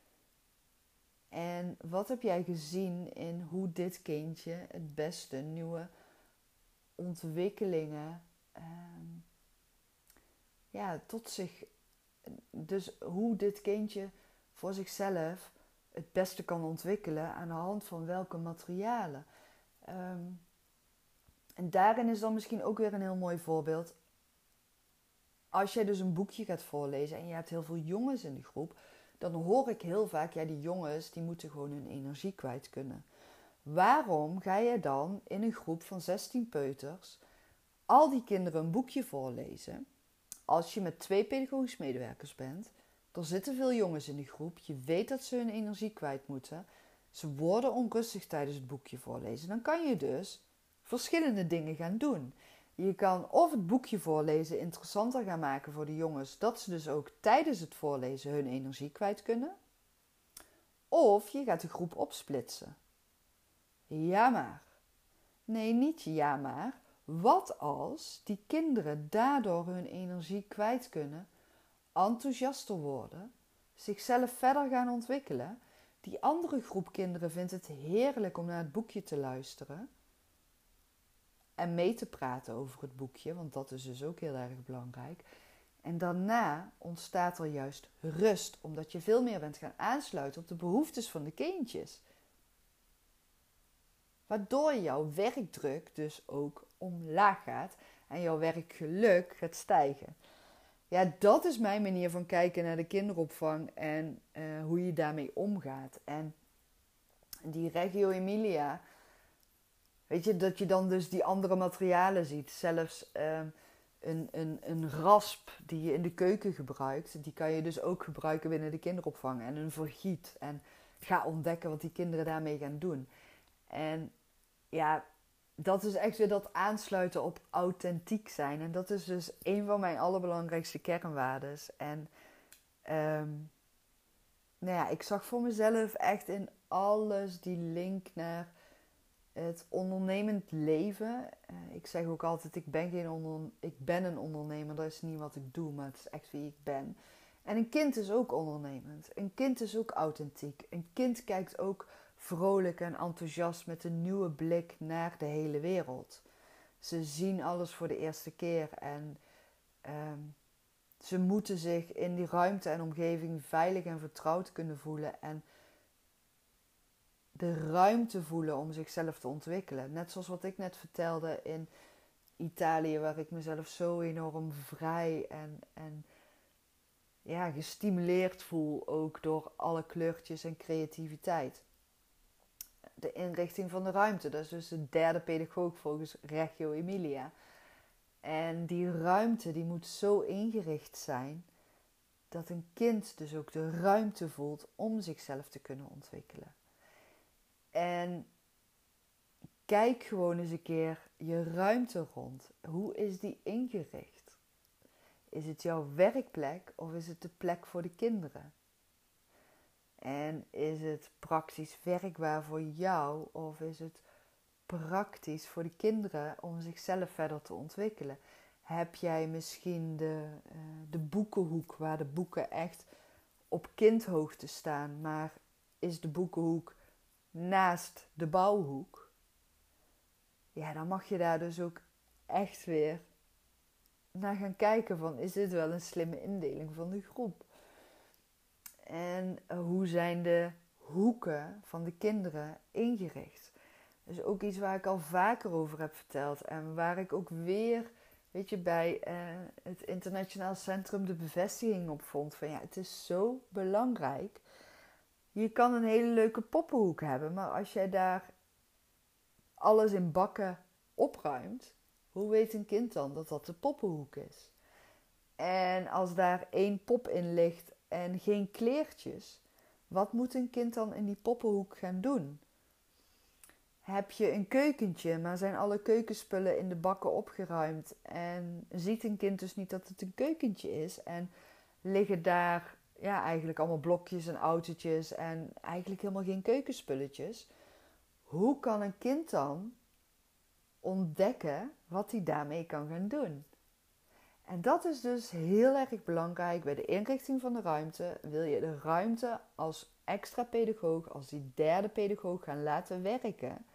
En wat heb jij gezien in hoe dit kindje het beste nieuwe ontwikkelingen Um, ja, tot zich, dus hoe dit kindje voor zichzelf het beste kan ontwikkelen aan de hand van welke materialen. Um, en daarin is dan misschien ook weer een heel mooi voorbeeld. Als jij dus een boekje gaat voorlezen en je hebt heel veel jongens in de groep, dan hoor ik heel vaak, ja, die jongens die moeten gewoon hun energie kwijt kunnen. Waarom ga je dan in een groep van zestien peuters al die kinderen een boekje voorlezen, als je met twee pedagogisch medewerkers bent, er zitten veel jongens in die groep, je weet dat ze hun energie kwijt moeten, ze worden onrustig tijdens het boekje voorlezen, dan kan je dus verschillende dingen gaan doen. Je kan of het boekje voorlezen interessanter gaan maken voor de jongens, dat ze dus ook tijdens het voorlezen hun energie kwijt kunnen, of je gaat de groep opsplitsen. Ja maar. Nee, niet ja maar. Wat als die kinderen daardoor hun energie kwijt kunnen, enthousiaster worden, zichzelf verder gaan ontwikkelen? Die andere groep kinderen vindt het heerlijk om naar het boekje te luisteren en mee te praten over het boekje, want dat is dus ook heel erg belangrijk. En daarna ontstaat er juist rust, omdat je veel meer bent gaan aansluiten op de behoeftes van de kindjes. Waardoor jouw werkdruk dus ook omlaag gaat en jouw werkgeluk gaat stijgen. Ja, dat is mijn manier van kijken naar de kinderopvang en uh, hoe je daarmee omgaat. En die Reggio Emilia, weet je, dat je dan dus die andere materialen ziet. Zelfs uh, een, een, een rasp die je in de keuken gebruikt, die kan je dus ook gebruiken binnen de kinderopvang. En een vergiet. En ga ontdekken wat die kinderen daarmee gaan doen. En ja, dat is echt weer dat aansluiten op authentiek zijn. En dat is dus een van mijn allerbelangrijkste kernwaardes. En um, nou ja, ik zag voor mezelf echt in alles die link naar het ondernemend leven. Uh, ik zeg ook altijd, ik ben, geen onder, ik ben een ondernemer. Dat is niet wat ik doe, maar het is echt wie ik ben. En een kind is ook ondernemend. Een kind is ook authentiek. Een kind kijkt ook vrolijk en enthousiast met een nieuwe blik naar de hele wereld. Ze zien alles voor de eerste keer en um, ze moeten zich in die ruimte en omgeving veilig en vertrouwd kunnen voelen en de ruimte voelen om zichzelf te ontwikkelen. Net zoals wat ik net vertelde in Italië, waar ik mezelf zo enorm vrij en, en ja, gestimuleerd voel, ook door alle kleurtjes en creativiteit. De inrichting van de ruimte, dat is dus de derde pedagoog volgens Reggio Emilia. En die ruimte die moet zo ingericht zijn dat een kind dus ook de ruimte voelt om zichzelf te kunnen ontwikkelen. En kijk gewoon eens een keer je ruimte rond. Hoe is die ingericht? Is het jouw werkplek of is het de plek voor de kinderen? En is het praktisch werkbaar voor jou of is het praktisch voor de kinderen om zichzelf verder te ontwikkelen? Heb jij misschien de, uh, de boekenhoek waar de boeken echt op kindhoogte staan, maar is de boekenhoek naast de bouwhoek? Ja, dan mag je daar dus ook echt weer naar gaan kijken van, is dit wel een slimme indeling van de groep? En hoe zijn de hoeken van de kinderen ingericht? Dus ook iets waar ik al vaker over heb verteld. En waar ik ook weer, weet je, bij uh, het Internationaal Centrum de bevestiging op vond. Van ja, het is zo belangrijk. Je kan een hele leuke poppenhoek hebben. Maar als jij daar alles in bakken opruimt, hoe weet een kind dan dat dat de poppenhoek is? En als daar één pop in ligt en geen kleertjes, wat moet een kind dan in die poppenhoek gaan doen? Heb je een keukentje, maar zijn alle keukenspullen in de bakken opgeruimd en ziet een kind dus niet dat het een keukentje is en liggen daar ja, eigenlijk allemaal blokjes en autootjes en eigenlijk helemaal geen keukenspulletjes? Hoe kan een kind dan ontdekken wat hij daarmee kan gaan doen? En dat is dus heel erg belangrijk bij de inrichting van de ruimte. Wil je de ruimte als extra pedagoog, als die derde pedagoog gaan laten werken?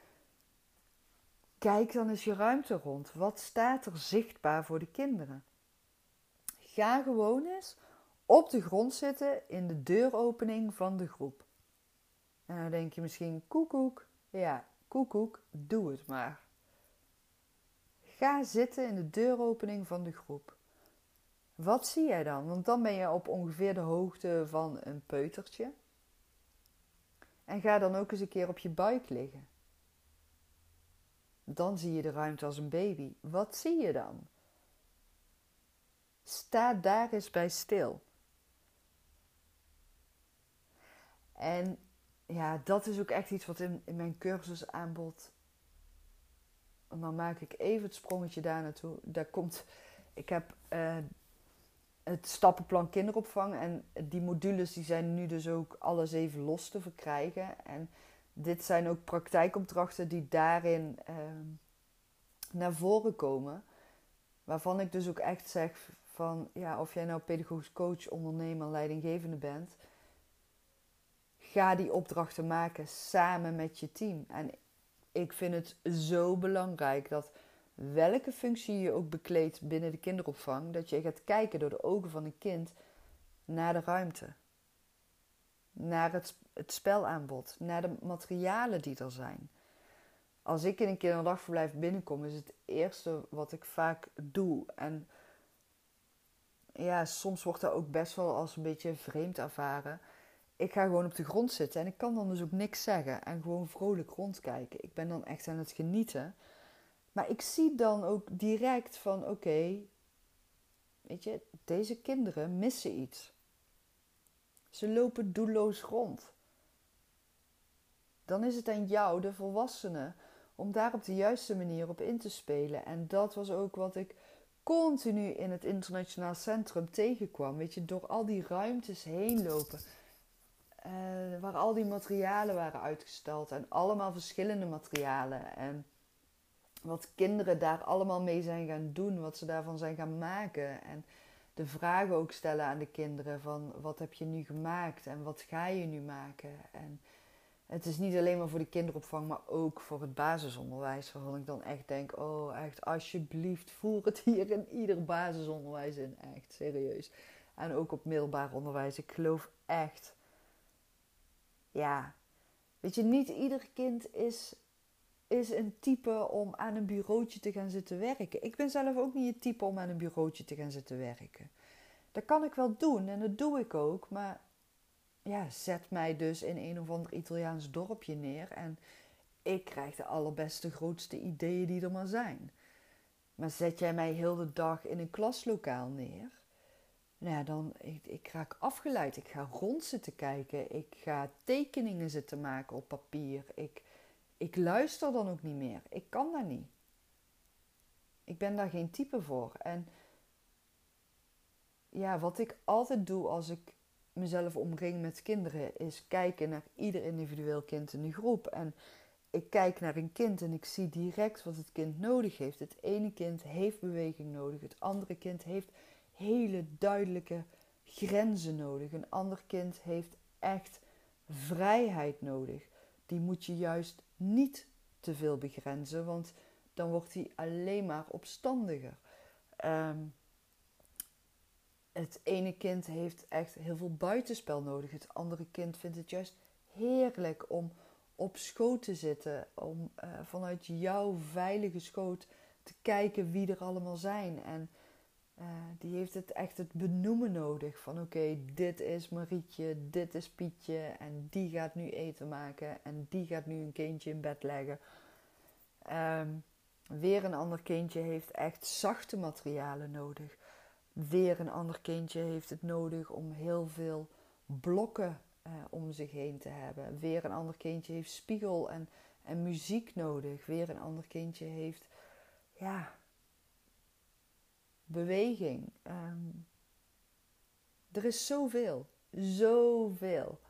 Kijk dan eens je ruimte rond. Wat staat er zichtbaar voor de kinderen? Ga gewoon eens op de grond zitten in de deuropening van de groep. En dan denk je misschien, koekoek. Ja, koekoek, doe het maar. Ga zitten in de deuropening van de groep. Wat zie jij dan? Want dan ben je op ongeveer de hoogte van een peutertje. En ga dan ook eens een keer op je buik liggen. Dan zie je de ruimte als een baby. Wat zie je dan? Sta daar eens bij stil. En ja, dat is ook echt iets wat in, in mijn cursusaanbod. En dan maak ik even het sprongetje daar naartoe. Daar komt, ik heb uh, het stappenplan kinderopvang. En die modules die zijn nu dus ook alles even los te verkrijgen. En dit zijn ook praktijkopdrachten die daarin uh, naar voren komen. Waarvan ik dus ook echt zeg van, ja, of jij nou pedagogisch coach, ondernemer, leidinggevende bent, ga die opdrachten maken samen met je team. En ik vind het zo belangrijk dat welke functie je ook bekleedt binnen de kinderopvang, dat je gaat kijken door de ogen van een kind naar de ruimte. Naar het, het spelaanbod, naar de materialen die er zijn. Als ik in een kinderdagverblijf binnenkom, is het eerste wat ik vaak doe. En ja, soms wordt dat ook best wel als een beetje vreemd ervaren. Ik ga gewoon op de grond zitten en ik kan dan dus ook niks zeggen. En gewoon vrolijk rondkijken. Ik ben dan echt aan het genieten. Maar ik zie dan ook direct van, oké, okay, weet je, deze kinderen missen iets. Ze lopen doelloos rond. Dan is het aan jou, de volwassene, om daar op de juiste manier op in te spelen. En dat was ook wat ik continu in het internationaal centrum tegenkwam. Weet je, door al die ruimtes heen lopen. Uh, waar al die materialen waren uitgestald. En allemaal verschillende materialen. En wat kinderen daar allemaal mee zijn gaan doen. Wat ze daarvan zijn gaan maken. En de vragen ook stellen aan de kinderen. Van wat heb je nu gemaakt? En wat ga je nu maken? En het is niet alleen maar voor de kinderopvang, maar ook voor het basisonderwijs. Waarvan ik dan echt denk, oh echt alsjeblieft, voer het hier in ieder basisonderwijs in. Echt, serieus. En ook op middelbaar onderwijs. Ik geloof echt, ja, weet je, niet ieder kind is, is een type om aan een bureautje te gaan zitten werken. Ik ben zelf ook niet het type om aan een bureautje te gaan zitten werken. Dat kan ik wel doen en dat doe ik ook, maar ja, zet mij dus in een of ander Italiaans dorpje neer en ik krijg de allerbeste, grootste ideeën die er maar zijn. Maar zet jij mij heel de dag in een klaslokaal neer, nou ja, dan ik, ik raak afgeleid. Ik ga rond zitten kijken, ik ga tekeningen zitten maken op papier. Ik, ik luister dan ook niet meer. Ik kan dat niet. Ik ben daar geen type voor. En ja, wat ik altijd doe als ik mezelf omring met kinderen, is kijken naar ieder individueel kind in de groep. En ik kijk naar een kind en ik zie direct wat het kind nodig heeft. Het ene kind heeft beweging nodig. Het andere kind heeft hele duidelijke grenzen nodig. Een ander kind heeft echt vrijheid nodig. Die moet je juist niet te veel begrenzen, want dan wordt hij alleen maar opstandiger. Um, Het ene kind heeft echt heel veel buitenspel nodig. Het andere kind vindt het juist heerlijk om op schoot te zitten. Om uh, vanuit jouw veilige schoot te kijken wie er allemaal zijn. En uh, die heeft het echt het benoemen nodig. Van oké, okay, dit is Marietje, dit is Pietje. En die gaat nu eten maken. En die gaat nu een kindje in bed leggen. Um, weer een ander kindje heeft echt zachte materialen nodig. Weer een ander kindje heeft het nodig om heel veel blokken uh, om zich heen te hebben. Weer een ander kindje heeft spiegel en, en muziek nodig. Weer een ander kindje heeft, ja, beweging. Um, er is zoveel, zoveel.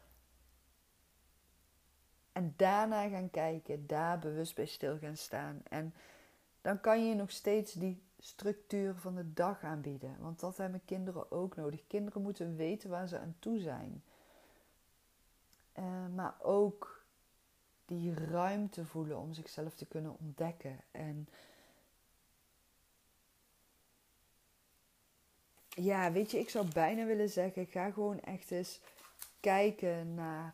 En daarna gaan kijken, daar bewust bij stil gaan staan. En dan kan je nog steeds die structuur van de dag aanbieden. Want dat hebben kinderen ook nodig. Kinderen moeten weten waar ze aan toe zijn. Uh, maar ook die ruimte voelen om zichzelf te kunnen ontdekken. En ja, weet je, ik zou bijna willen zeggen, ga gewoon echt eens kijken naar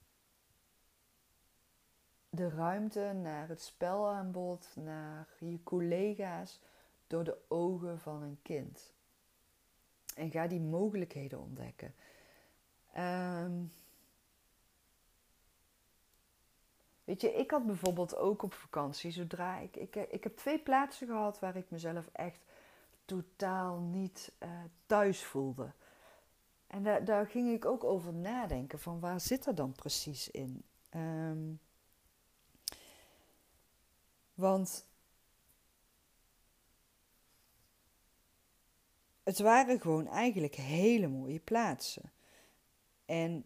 de ruimte, naar het spelaanbod, naar je collega's door de ogen van een kind. En ga die mogelijkheden ontdekken. Um, weet je, ik had bijvoorbeeld ook op vakantie, zodra ik, ik... Ik heb twee plaatsen gehad waar ik mezelf echt totaal niet uh, thuis voelde. En daar, daar ging ik ook over nadenken, van waar zit er dan precies in? Um, want het waren gewoon eigenlijk hele mooie plaatsen. En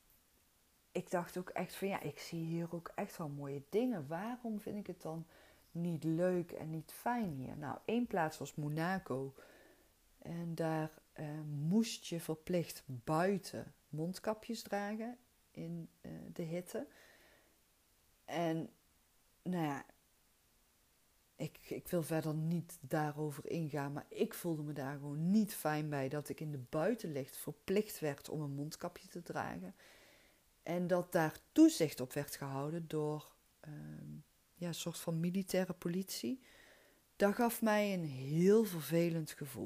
ik dacht ook echt van, ja, ik zie hier ook echt wel mooie dingen. Waarom vind ik het dan niet leuk en niet fijn hier. Nou, één plaats was Monaco. En daar uh, moest je verplicht buiten mondkapjes dragen in uh, de hitte. En nou ja, ik, ik wil verder niet daarover ingaan, maar ik voelde me daar gewoon niet fijn bij dat ik in de buitenlucht verplicht werd om een mondkapje te dragen. En dat daar toezicht op werd gehouden door uh, ja, een soort van militaire politie. Dat gaf mij een heel vervelend gevoel.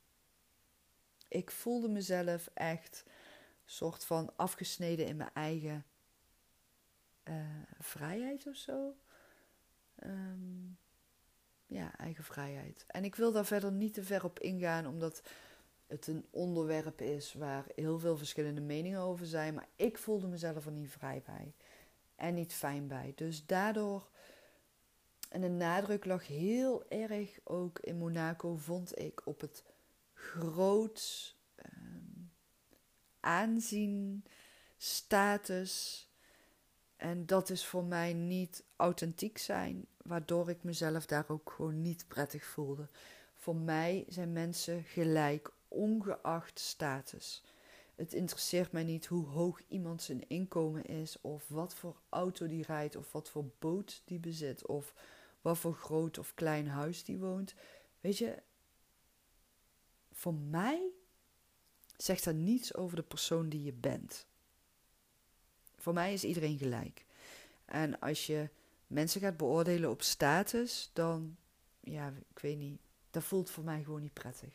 Ik voelde mezelf echt een soort van afgesneden in mijn eigen uh, vrijheid of zo. Um, ja, eigen vrijheid. En ik wil daar verder niet te ver op ingaan, omdat het een onderwerp is waar heel veel verschillende meningen over zijn. Maar ik voelde mezelf er niet vrij bij. En niet fijn bij. Dus daardoor, en de nadruk lag heel erg ook in Monaco, vond ik, op het groot um, aanzien, status. En dat is voor mij niet authentiek zijn, waardoor ik mezelf daar ook gewoon niet prettig voelde. Voor mij zijn mensen gelijk, ongeacht status. Het interesseert mij niet hoe hoog iemand zijn inkomen is, of wat voor auto die rijdt, of wat voor boot die bezit, of wat voor groot of klein huis die woont. Weet je, voor mij zegt dat niets over de persoon die je bent. Voor mij is iedereen gelijk. En als je mensen gaat beoordelen op status, dan, ja, ik weet niet, dat voelt voor mij gewoon niet prettig.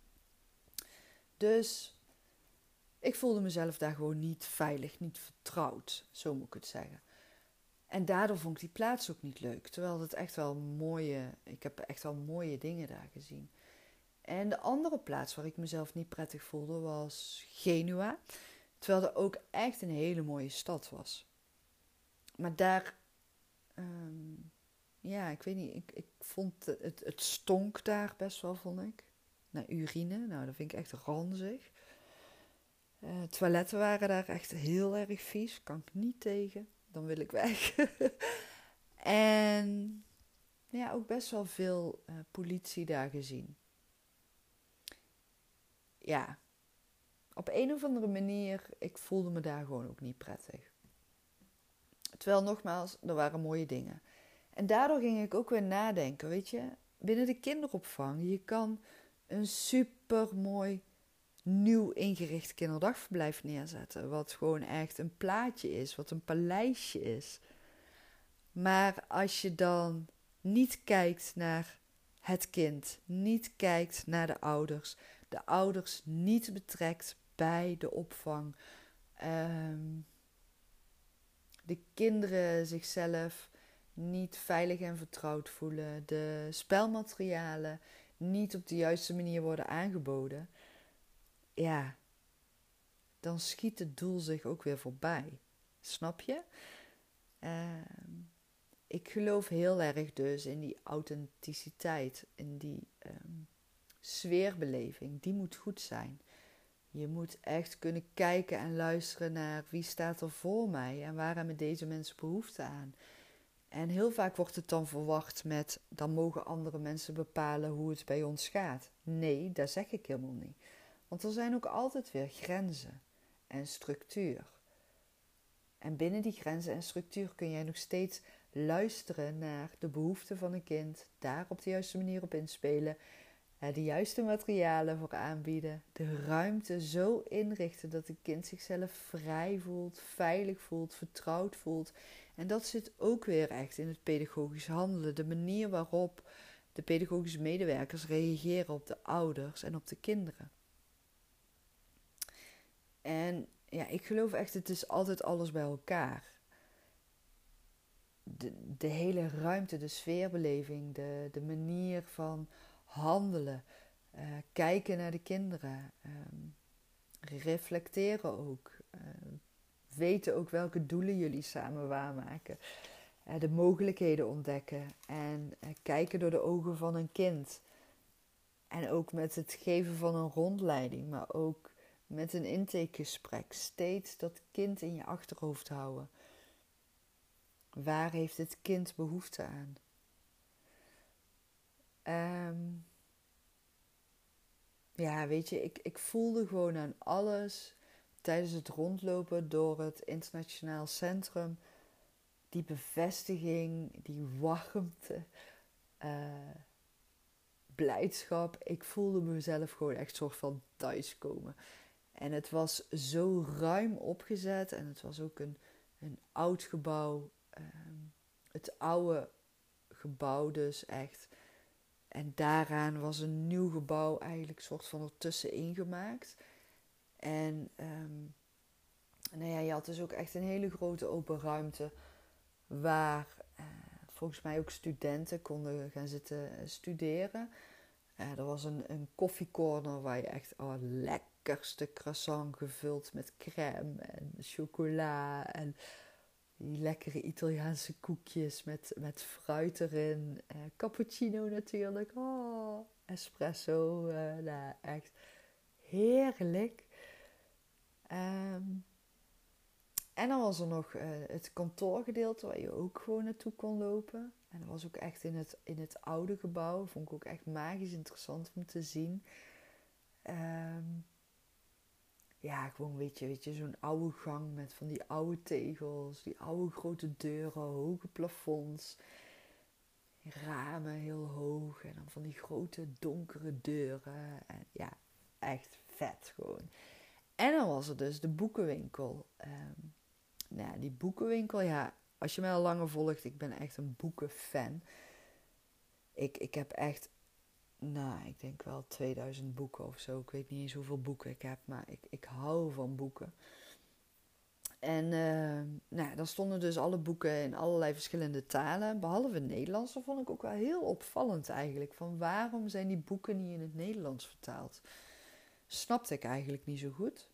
Dus ik voelde mezelf daar gewoon niet veilig, niet vertrouwd, zo moet ik het zeggen. En daardoor vond ik die plaats ook niet leuk. Terwijl het echt wel mooie, ik heb echt wel mooie dingen daar gezien. En de andere plaats waar ik mezelf niet prettig voelde was Genua. Terwijl dat ook echt een hele mooie stad was. Maar daar, um, ja, ik weet niet, ik, ik vond het, het, het stonk daar best wel, vond ik. Naar urine, nou dat vind ik echt ranzig. Uh, toiletten waren daar echt heel erg vies, kan ik niet tegen, dan wil ik weg. En ja, ook best wel veel uh, politie daar gezien. Ja, op een of andere manier, ik voelde me daar gewoon ook niet prettig. Terwijl nogmaals, er waren mooie dingen. En daardoor ging ik ook weer nadenken, weet je, binnen de kinderopvang, je kan een super mooi nieuw ingericht kinderdagverblijf neerzetten. Wat gewoon echt een plaatje is, wat een paleisje is. Maar als je dan niet kijkt naar het kind, niet kijkt naar de ouders, de ouders niet betrekt bij de opvang, um, de kinderen zichzelf niet veilig en vertrouwd voelen, de spelmaterialen niet op de juiste manier worden aangeboden, ja, dan schiet het doel zich ook weer voorbij. Snap je? Uh, ik geloof heel erg dus in die authenticiteit, in die um, sfeerbeleving. Die moet goed zijn. Je moet echt kunnen kijken en luisteren naar wie staat er voor mij en waar hebben deze mensen behoefte aan. En heel vaak wordt het dan verwacht met, dan mogen andere mensen bepalen hoe het bij ons gaat. Nee, dat zeg ik helemaal niet. Want er zijn ook altijd weer grenzen en structuur. En binnen die grenzen en structuur kun jij nog steeds luisteren naar de behoeften van een kind, daar op de juiste manier op inspelen, de juiste materialen voor aanbieden, de ruimte zo inrichten dat een kind zichzelf vrij voelt, veilig voelt, vertrouwd voelt. En dat zit ook weer echt in het pedagogisch handelen, de manier waarop de pedagogische medewerkers reageren op de ouders en op de kinderen. En ja, ik geloof echt, het is altijd alles bij elkaar. De, de hele ruimte, de sfeerbeleving, de, de manier van handelen, uh, kijken naar de kinderen, um, reflecteren ook, uh, weten ook welke doelen jullie samen waarmaken, uh, de mogelijkheden ontdekken en uh, kijken door de ogen van een kind. En ook met het geven van een rondleiding, maar ook met een intakegesprek. Steeds dat kind in je achterhoofd houden. Waar heeft het kind behoefte aan? Um, ja, weet je, ik, ik voelde gewoon aan alles tijdens het rondlopen door het internationaal centrum. Die bevestiging, die warmte, uh, blijdschap. Ik voelde mezelf gewoon echt soort van thuiskomen. En het was zo ruim opgezet en het was ook een, een oud gebouw. Um, het oude gebouw dus echt. En daaraan was een nieuw gebouw eigenlijk soort van ertussenin gemaakt. En um, nou ja, je had dus ook echt een hele grote open ruimte waar uh, volgens mij ook studenten konden gaan zitten studeren. Uh, er was een, een koffiecorner waar je echt oh, lekkerste croissant gevuld met crème en chocola en die lekkere Italiaanse koekjes met, met fruit erin. Uh, cappuccino natuurlijk. Oh, espresso. Uh, nou, echt heerlijk. Um, en dan was er nog uh, het kantoorgedeelte waar je ook gewoon naartoe kon lopen. En dat was ook echt in het, in het oude gebouw. Vond ik ook echt magisch interessant om te zien. Um, ja, gewoon weet je, weet je, zo'n oude gang met van die oude tegels. Die oude grote deuren, hoge plafonds. Ramen heel hoog. En dan van die grote donkere deuren. En ja, echt vet gewoon. En dan was er dus de boekenwinkel. Um, nou ja, die boekenwinkel, ja, als je mij al langer volgt, ik ben echt een boekenfan. Ik, ik heb echt, nou, ik denk wel tweeduizend boeken of zo. Ik weet niet eens hoeveel boeken ik heb, maar ik, ik hou van boeken. En uh, nou, daar stonden dus alle boeken in allerlei verschillende talen, behalve Nederlands. Dat vond ik ook wel heel opvallend eigenlijk. Van waarom zijn die boeken niet in het Nederlands vertaald? Snapte ik eigenlijk niet zo goed.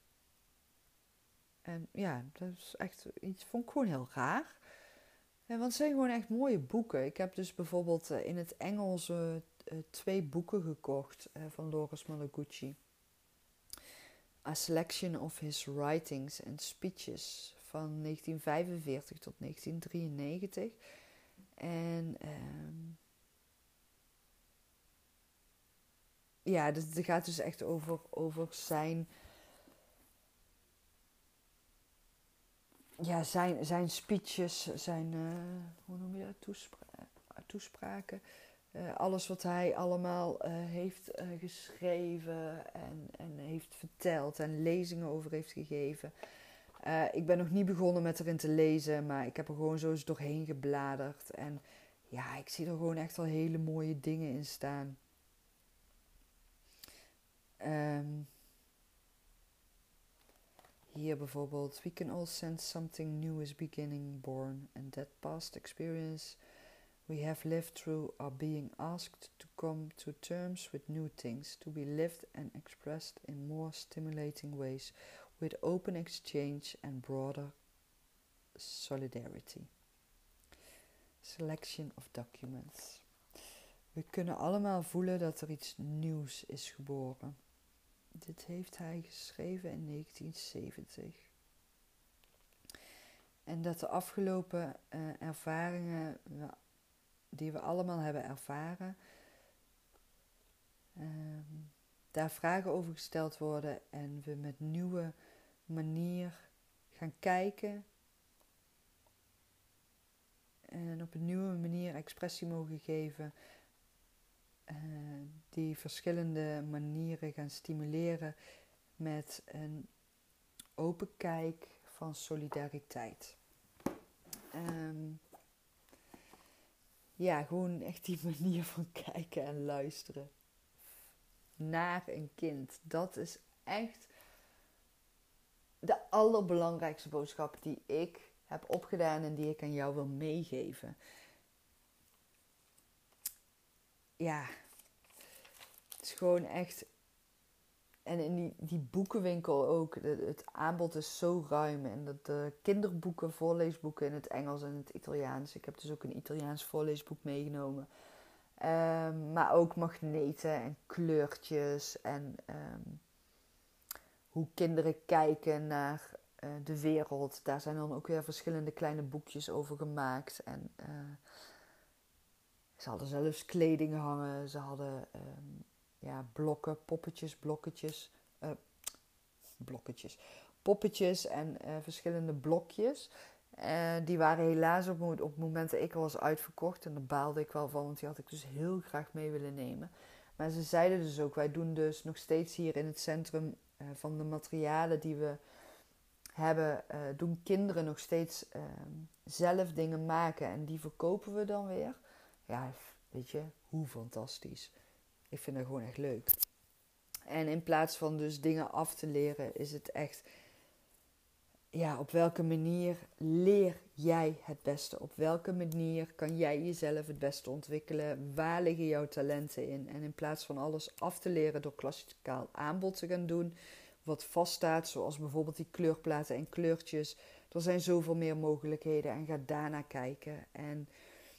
En ja, dat is echt iets, vond ik gewoon heel raar. En want het zijn gewoon echt mooie boeken. Ik heb dus bijvoorbeeld uh, in het Engels uh, uh, twee boeken gekocht uh, van Loris Malaguchi. A Selection of His Writings and Speeches van negentien vijfenveertig tot negentien drieënnegentig. En um, ja, het gaat dus echt over, over zijn... Ja, zijn, zijn speeches, zijn, uh, hoe noem je dat, Toespra- toespraken. Uh, alles wat hij allemaal uh, heeft uh, geschreven en, en heeft verteld en lezingen over heeft gegeven. Uh, ik ben nog niet begonnen met erin te lezen, maar ik heb er gewoon zo eens doorheen gebladerd. En ja, ik zie er gewoon echt wel hele mooie dingen in staan. Um, Hier bijvoorbeeld, we can all sense something new is beginning born, and that past experience we have lived through are being asked to come to terms with new things, to be lived and expressed in more stimulating ways, with open exchange and broader solidarity. Selection of documents. We kunnen allemaal voelen dat er iets nieuws is geboren. Dit heeft hij geschreven in negentien zeventig. En dat de afgelopen uh, ervaringen uh, die we allemaal hebben ervaren, uh, daar vragen over gesteld worden en we met nieuwe manier gaan kijken en op een nieuwe manier expressie mogen geven, uh, die verschillende manieren gaan stimuleren met een open kijk van solidariteit. Um, ja, gewoon echt die manier van kijken en luisteren naar een kind. Dat is echt de allerbelangrijkste boodschap die ik heb opgedaan en die ik aan jou wil meegeven. Ja, het is gewoon echt... En in die, die boekenwinkel ook, het aanbod is zo ruim. En de, de kinderboeken, voorleesboeken in het Engels en het Italiaans. Ik heb dus ook een Italiaans voorleesboek meegenomen. Um, maar ook magneten en kleurtjes. En um, hoe kinderen kijken naar uh, de wereld. Daar zijn dan ook weer verschillende kleine boekjes over gemaakt. En uh, Ze hadden zelfs kleding hangen. Ze hadden um, ja, blokken, poppetjes, blokketjes. Uh, blokketjes. Poppetjes en uh, verschillende blokjes. Uh, die waren helaas op, op het moment dat ik er was uitverkocht. En daar baalde ik wel van, want die had ik dus heel graag mee willen nemen. Maar ze zeiden dus ook, wij doen dus nog steeds hier in het centrum uh, van de materialen die we hebben, uh, doen kinderen nog steeds uh, zelf dingen maken. En die verkopen we dan weer. Ja, weet je, hoe fantastisch. Ik vind dat gewoon echt leuk. En in plaats van dus dingen af te leren, is het echt... Ja, op welke manier leer jij het beste? Op welke manier kan jij jezelf het beste ontwikkelen? Waar liggen jouw talenten in? En in plaats van alles af te leren door klassikaal aanbod te gaan doen, wat vaststaat, zoals bijvoorbeeld die kleurplaten en kleurtjes. Er zijn zoveel meer mogelijkheden en ga daarna kijken. En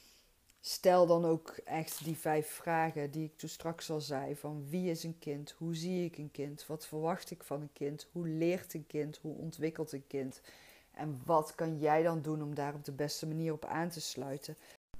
stel dan ook echt die vijf vragen die ik toen straks al zei. Van wie is een kind? Hoe zie ik een kind? Wat verwacht ik van een kind? Hoe leert een kind? Hoe ontwikkelt een kind? En wat kan jij dan doen om daar op de beste manier op aan te sluiten?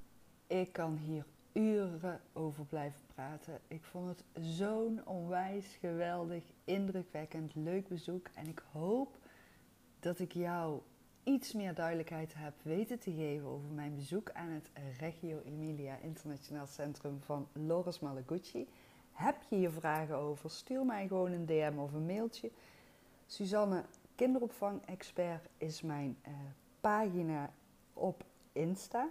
Ik kan hier uren over blijven praten. Ik vond het zo'n onwijs geweldig, indrukwekkend, leuk bezoek. En ik hoop dat ik jou iets meer duidelijkheid heb weten te geven over mijn bezoek aan het Reggio Emilia Internationaal Centrum van Loris Malagucci. Heb je hier vragen over? Stuur mij gewoon een D M of een mailtje. Suzanne, kinderopvang-expert, is mijn uh, pagina op Insta.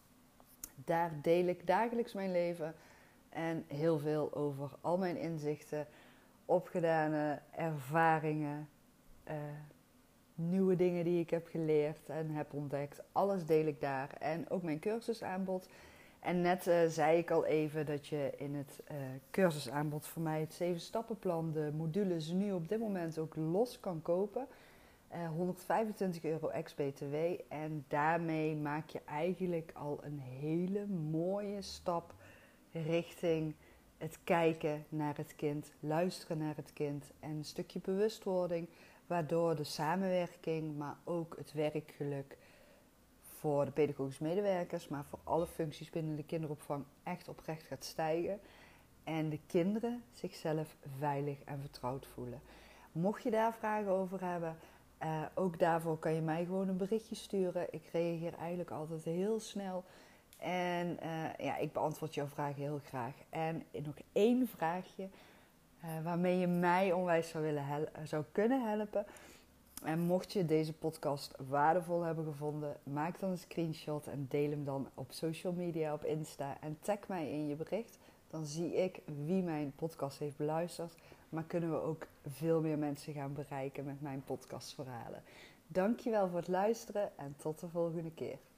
Daar deel ik dagelijks mijn leven en heel veel over al mijn inzichten, opgedane ervaringen, uh, nieuwe dingen die ik heb geleerd en heb ontdekt. Alles deel ik daar. En ook mijn cursusaanbod. En net uh, zei ik al even dat je in het uh, cursusaanbod voor mij het zeven stappenplan, de modules nu op dit moment ook los kan kopen. Uh, honderdvijfentwintig euro ex-B T W. En daarmee maak je eigenlijk al een hele mooie stap richting het kijken naar het kind, luisteren naar het kind en een stukje bewustwording, waardoor de samenwerking, maar ook het werkgeluk voor de pedagogische medewerkers, maar voor alle functies binnen de kinderopvang echt oprecht gaat stijgen. En de kinderen zichzelf veilig en vertrouwd voelen. Mocht je daar vragen over hebben, uh, ook daarvoor kan je mij gewoon een berichtje sturen. Ik reageer eigenlijk altijd heel snel. En uh, ja, ik beantwoord jouw vragen heel graag. En nog één vraagje uh, waarmee je mij onwijs zou, willen hel- zou kunnen helpen. En mocht je deze podcast waardevol hebben gevonden, maak dan een screenshot en deel hem dan op social media, op Insta. En tag mij in je bericht. Dan zie ik wie mijn podcast heeft beluisterd. Maar kunnen we ook veel meer mensen gaan bereiken met mijn podcastverhalen. Dankjewel voor het luisteren en tot de volgende keer.